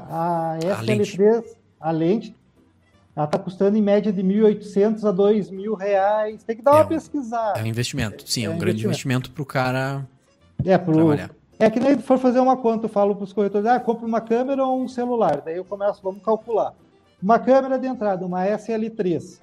a, a S L três, a lente, ela está custando em média de mil e oitocentos a dois mil reais. Tem que dar É uma um- pesquisada. É um investimento. Sim, é, É um um grande investimento. investimento pro cara É, pro, trabalhar. é que nem for fazer uma conta, eu falo para os corretores, ah, compra uma câmera ou um celular. Daí eu começo, vamos calcular. Uma câmera de entrada, uma S L três,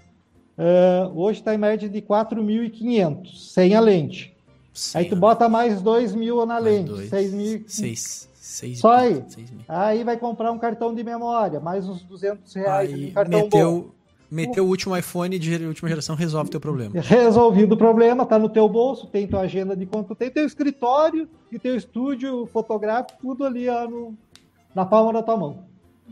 ah, hoje está em média de quatro mil e quinhentos, sem a lente. Sim, Aí tu bota mais dois mil na mais lente, dois, seis mil. seis, seis, Só e aí. pouco, seis mil. Aí vai comprar um cartão de memória, mais uns duzentos reais, Aí um cartão bom. meteu, Meter o último iPhone de última geração resolve o teu problema. Resolvido o problema, tá no teu bolso, tem tua agenda de quanto tem, teu escritório e teu estúdio fotográfico, tudo ali ó, no, na palma da tua mão.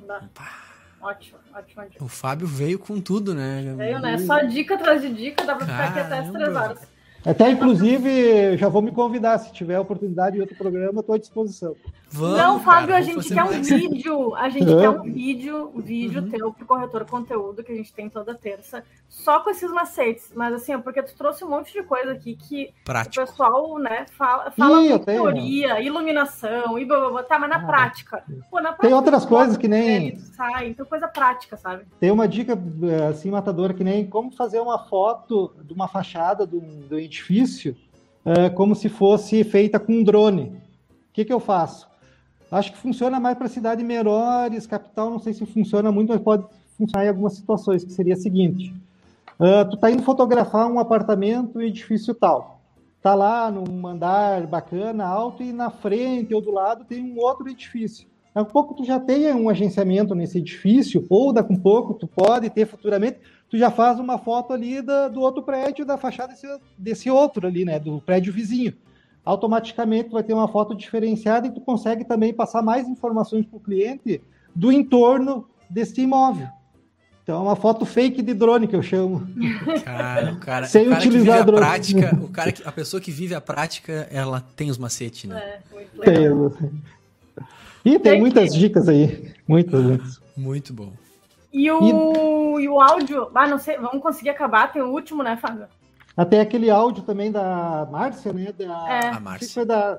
Ótimo, ótimo. O Fábio veio com tudo, né? Veio, né? Só dica atrás de dica, dá pra ficar aqui até as três horas. Até, inclusive, já vou me convidar, se tiver oportunidade em outro programa, estou à disposição. Vamos, não, Fábio, cara, a gente quer um vídeo, a gente quer um vídeo, um vídeo uhum. teu pro Corretor Conteúdo, que a gente tem toda terça, só com esses macetes, mas assim, porque tu trouxe um monte de coisa aqui que prático. O pessoal, né, fala, fala Ih, teoria, iluminação, e blá, blá, blá, tá, mas na ah, prática. Pô, na prática tem outras coisas que nem... Sai, então coisa prática, sabe? Tem uma dica, assim, matadora, que nem como fazer uma foto de uma fachada do, do edifício, é, como se fosse feita com um drone. O que que eu faço? Acho que funciona mais para cidades menores, capital, não sei se funciona muito, mas pode funcionar em algumas situações, que seria a seguinte. Uh, tu tá indo fotografar um apartamento, um edifício tal. Tá lá num andar bacana, alto, e na frente ou do lado tem um outro edifício. Daqui a pouco tu já tem um agenciamento nesse edifício, ou daqui a pouco tu pode ter futuramente, tu já faz uma foto ali da, do outro prédio, da fachada desse, desse outro ali, né, do prédio vizinho. Automaticamente tu vai ter uma foto diferenciada e tu consegue também passar mais informações para o cliente do entorno desse imóvel. Então é uma foto fake de drone que eu chamo. Cara, o cara, sem o cara utilizar que vive drone. A prática, o cara que, a pessoa que vive a prática, ela tem os macetes, né? É, muito legal. Tem. E tem muitas dicas aí. Muitas, muitas. Muito bom. E o, e... e o áudio? Ah, não sei, vamos conseguir acabar. Tem o último, né, Fábio? Até aquele áudio também da Márcia, né? Da, é. A Márcia. Foi da,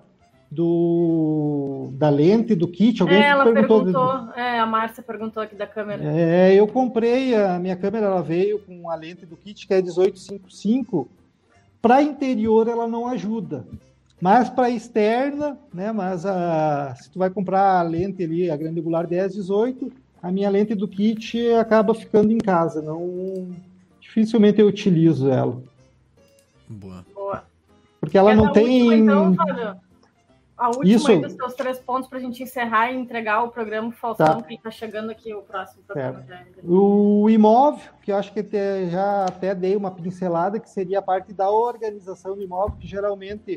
do, da lente, do kit. Alguém é, ela perguntou. perguntou. É, a Márcia perguntou aqui da câmera. É, eu comprei, a minha câmera ela veio com a lente do kit, que é dezoito cinquenta e cinco. Para interior ela não ajuda. Mas para externa, né? Mas a, se tu vai comprar a lente ali, a grande angular dez, dezoito, a minha lente do kit acaba ficando em casa. Não, dificilmente eu utilizo ela. Boa. Boa. Porque ela Quer não tem... Última, então, Fábio? A última Isso... aí dos teus três pontos para a gente encerrar e entregar o programa Faustão, tá. Que está chegando aqui o próximo programa. É. O imóvel, que eu acho que até, já até dei uma pincelada, que seria a parte da organização do imóvel, que geralmente,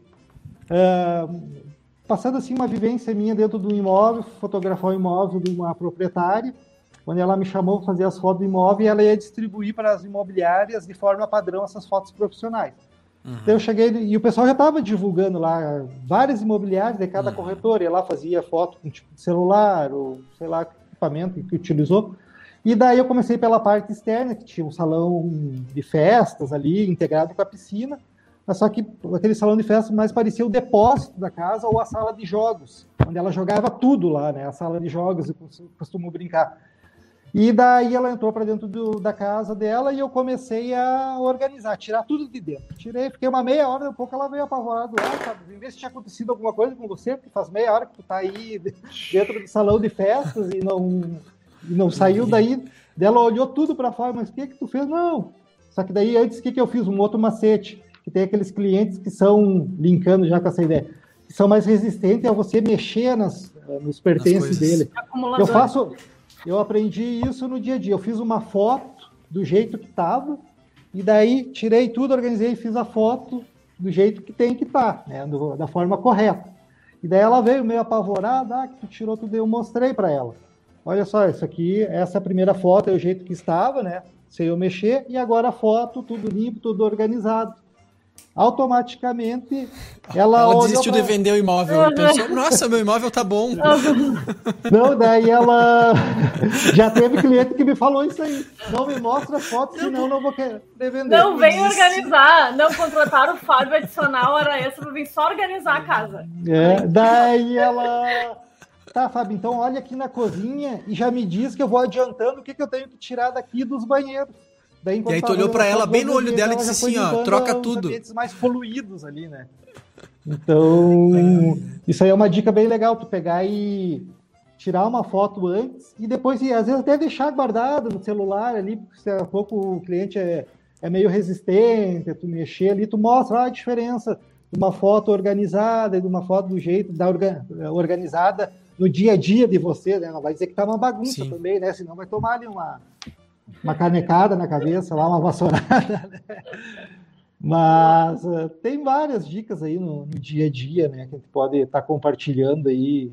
uh, passando assim uma vivência minha dentro do imóvel, fotografar o imóvel de uma proprietária, quando ela me chamou para fazer as fotos do imóvel, ela ia distribuir para as imobiliárias de forma padrão essas fotos profissionais. Uhum. Então eu cheguei, e o pessoal já estava divulgando lá, várias imobiliárias de cada uhum. corretor, e lá fazia foto com tipo de celular, ou sei lá, equipamento que utilizou. E daí eu comecei pela parte externa, que tinha um salão de festas ali, integrado com a piscina, mas só que aquele salão de festas mais parecia o depósito da casa ou a sala de jogos, onde ela jogava tudo lá, né? A sala de jogos, eu costumo brincar. E daí ela entrou para dentro do, da casa dela e eu comecei a organizar, tirar tudo de dentro. Tirei, fiquei uma meia hora, um pouco ela veio apavorada lá, sabe? Em vez de tinha acontecido alguma coisa com você, porque faz meia hora que tu tá aí dentro do salão de festas e não, e não saiu daí. Ela olhou tudo para fora, mas o que que tu fez? Não. Só que daí antes, o que que eu fiz? Um outro macete, que tem aqueles clientes que são, linkando já com essa ideia, que são mais resistentes a você mexer nas, nos pertences dele. Eu faço... Eu aprendi isso no dia a dia. Eu fiz uma foto do jeito que estava, e daí tirei tudo, organizei e fiz a foto do jeito que tem que estar, tá, né, do, da forma correta. E daí ela veio meio apavorada, ah, que tu tirou tudo, eu mostrei para ela. Olha só, isso aqui, essa primeira foto é o jeito que estava, né, sem eu mexer, e agora a foto, tudo limpo, tudo organizado. Automaticamente ela, ela desistiu pra... de vender o imóvel. Ela pensou, nossa, meu imóvel tá bom. Não, daí ela já teve cliente que me falou isso aí. Não me mostra foto, senão não vou querer vender. Não vem organizar. Não contrataram o Fábio adicional hora extra para vir só organizar a casa. É, daí ela... Tá, Fábio, então olha aqui na cozinha e já me diz que eu vou adiantando o que, que eu tenho que tirar daqui dos banheiros. Daí, e aí tu olhou para ela bem no olho dela e disse assim, ó, troca tudo. Os ambientes mais poluídos ali, né? Então, isso aí é uma dica bem legal, tu pegar e tirar uma foto antes e depois, e às vezes até deixar guardado no celular ali, porque se a pouco o cliente é, é meio resistente, tu mexer ali, tu mostra a diferença de uma foto organizada e de uma foto do jeito da orga, organizada no dia a dia de você, né? Não vai dizer que tá uma bagunça Sim. também, né? Senão vai tomar ali uma... uma canecada na cabeça, lá uma vassourada, né? Mas uh, tem várias dicas aí no, no dia a dia, né? Que a gente pode estar tá compartilhando aí.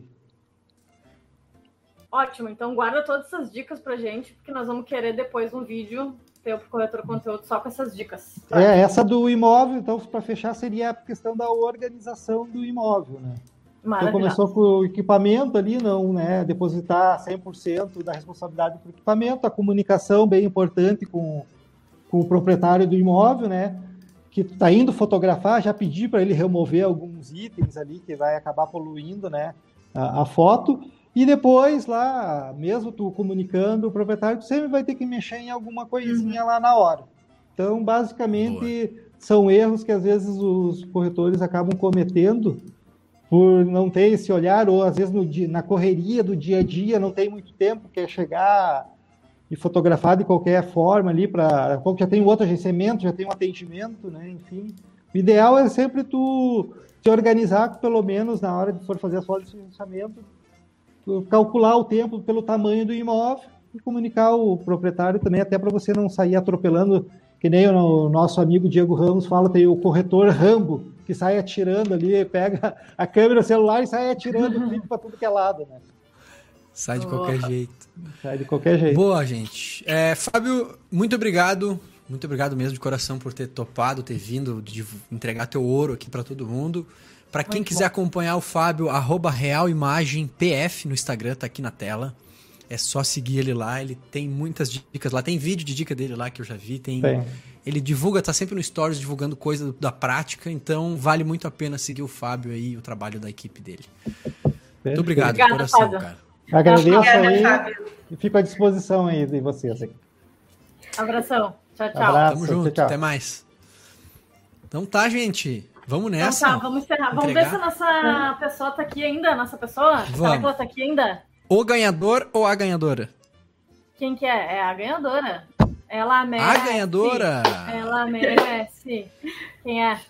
Ótimo, então guarda todas essas dicas pra gente, porque nós vamos querer depois um vídeo teu pro Corretor Conteúdo só com essas dicas. Tá? É, essa do imóvel, então, para fechar, seria a questão da organização do imóvel, né? Então começou com o equipamento ali, não, né? Depositar cem por cento da responsabilidade para o equipamento, a comunicação bem importante com, com o proprietário do imóvel, né? Que está indo fotografar, já pedir para ele remover alguns itens ali que vai acabar poluindo, né? A, a foto. E depois, lá, mesmo tu comunicando, o proprietário tu sempre vai ter que mexer em alguma coisinha lá na hora. Então, basicamente, Boa. São erros que às vezes os corretores acabam cometendo por não ter esse olhar, ou às vezes no dia, na correria do dia a dia, não tem muito tempo, quer chegar e fotografar de qualquer forma ali, para pouco já tem um outro agenciamento, já tem um atendimento, né? Enfim, o ideal é sempre tu te organizar, pelo menos na hora de for fazer as fotos de agenciamento, calcular o tempo pelo tamanho do imóvel e comunicar o proprietário também, até para você não sair atropelando, que nem o nosso amigo Diego Ramos fala, tem o corretor Rambo, que sai atirando ali, pega a câmera, o celular e sai atirando o clipe para tudo que é lado, né? Sai de qualquer Boa. jeito. Sai de qualquer jeito. Boa, gente. É, Fábio, muito obrigado. Muito obrigado mesmo de coração por ter topado, ter vindo, de entregar teu ouro aqui para todo mundo. Para quem Muito quiser bom. acompanhar o Fábio, arroba realimagempf no Instagram, tá aqui na tela. É só seguir ele lá, ele tem muitas dicas lá. Tem vídeo de dica dele lá que eu já vi. Tem, tem. Ele divulga, tá sempre no Stories divulgando coisa da prática, então vale muito a pena seguir o Fábio aí e o trabalho da equipe dele. Perfeito. Muito obrigado, Obrigada, de coração, Fábio. cara. Agradeço aí e fico à disposição aí de vocês. Aqui. Abração. Tchau, tchau. Abraço, Tamo junto, tchau, tchau. Até mais. Então tá, gente. Vamos nessa. Então tá, vamos encerrar. Entregar. Vamos ver se a nossa pessoa tá aqui ainda, a nossa pessoa. Vamos. Será que ela tá aqui ainda? O ganhador ou a ganhadora? Quem que é? É a ganhadora. Ela merece. A ganhadora! Ela merece. Quem é?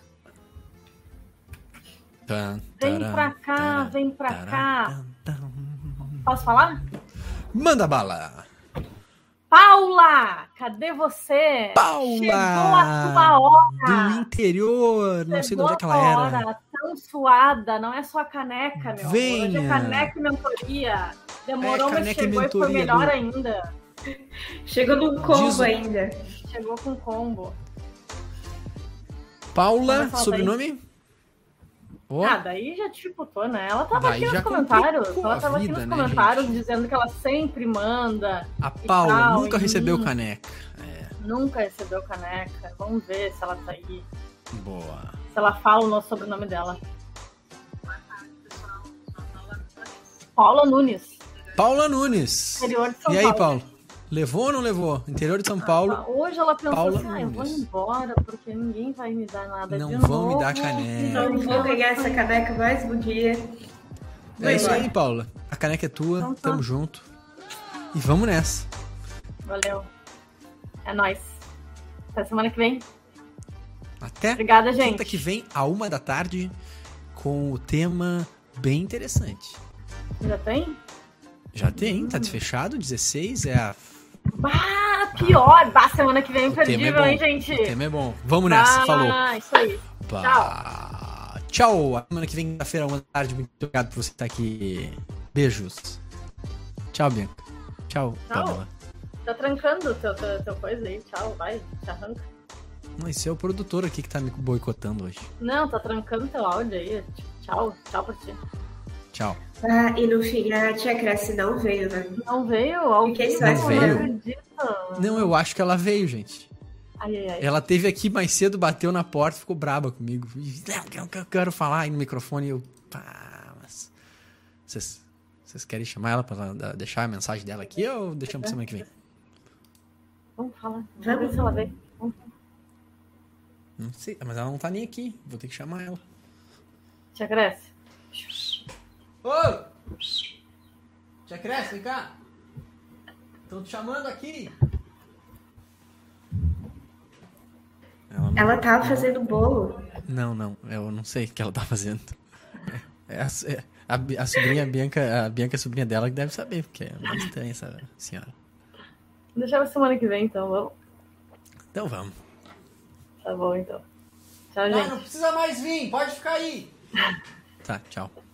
Tan, vem taran, pra cá, taran, vem pra taran, cá. taran. Posso falar? Manda bala! Paula, cadê você? Paula! Chegou a tua hora! Do interior, Chegou não sei de onde é que ela era. Hora, tão suada, não é só a caneca, meu Venha. amor. Hoje é caneca e mentoria. Demorou, é, mas chegou e foi melhor do... ainda. Chegou no combo Diz... ainda. Chegou com combo. Paula, sobrenome? Oh. Ah, daí já dificultou, né? Ela tava daí aqui nos comentários. Ela tava vida, aqui nos né, comentários gente? Dizendo que ela sempre manda. A Paula tal, nunca recebeu caneca. É. Nunca recebeu caneca. Vamos ver se ela tá aí. Boa. Se ela fala o nosso sobrenome dela. Paula Nunes. Paula Nunes. Interior de São e aí, Paulo. Paulo? Levou ou não levou? Interior de São Paulo. Hoje ela pensou Paula assim, ah, eu vou embora, porque ninguém vai me dar nada não de novo. Não vão me dar caneca. Não vou pegar essa caneca mais um dia. É isso aí, Paula. A caneca é tua, então, tamo tá. junto. E vamos nessa. Valeu. É nóis. Até semana que vem. Até Obrigada, gente. Quinta que vem, a uma da tarde, com o tema bem interessante. Já tem? Já tem, tá desfechado, dezesseis, é a... Bah, pior! Bah, semana que vem é imperdível, é hein, gente? O tema é bom. Vamos nessa, bah, falou. Ah, isso aí. Bah. Tchau. Tchau. A semana que vem, quinta-feira, uma da tarde. Muito obrigado por você estar aqui. Beijos. Tchau, Bianca. Tchau, Pamela. Tá trancando o teu, teu, teu coisa aí. Tchau, vai, te arranca. Não, esse é o produtor aqui que tá me boicotando hoje. Não, tá trancando teu áudio aí. Tchau, tchau pra ti. Tchau. Ah, e no fim a tia Cresce não veio, né? Não veio? Ao Fiquei só não veio. Não, eu acho que ela veio, gente. Ai, ai, ai. Ela teve aqui mais cedo, bateu na porta, ficou braba comigo. Não, eu quero falar aí no microfone. Eu, pá, mas... Vocês, vocês querem chamar ela pra deixar a mensagem dela aqui ou deixamos pra semana que vem? Vamos falar. Vamos ver se ela vem. Não sei, mas ela não tá nem aqui. Vou ter que chamar ela. Tia Cresce. Ô! Tia Cresce, vem cá. Estão te chamando aqui. Ela, não... ela tava fazendo bolo. Não, não. Eu não sei o que ela tá fazendo. É a, é a, a sobrinha Bianca, a Bianca, a sobrinha dela, que deve saber, porque é muito estranha essa senhora. Deixar pra semana que vem, então, vamos? Então vamos. Tá bom, então. Tchau, Não, gente. não precisa mais vir, pode ficar aí. Tá, tchau.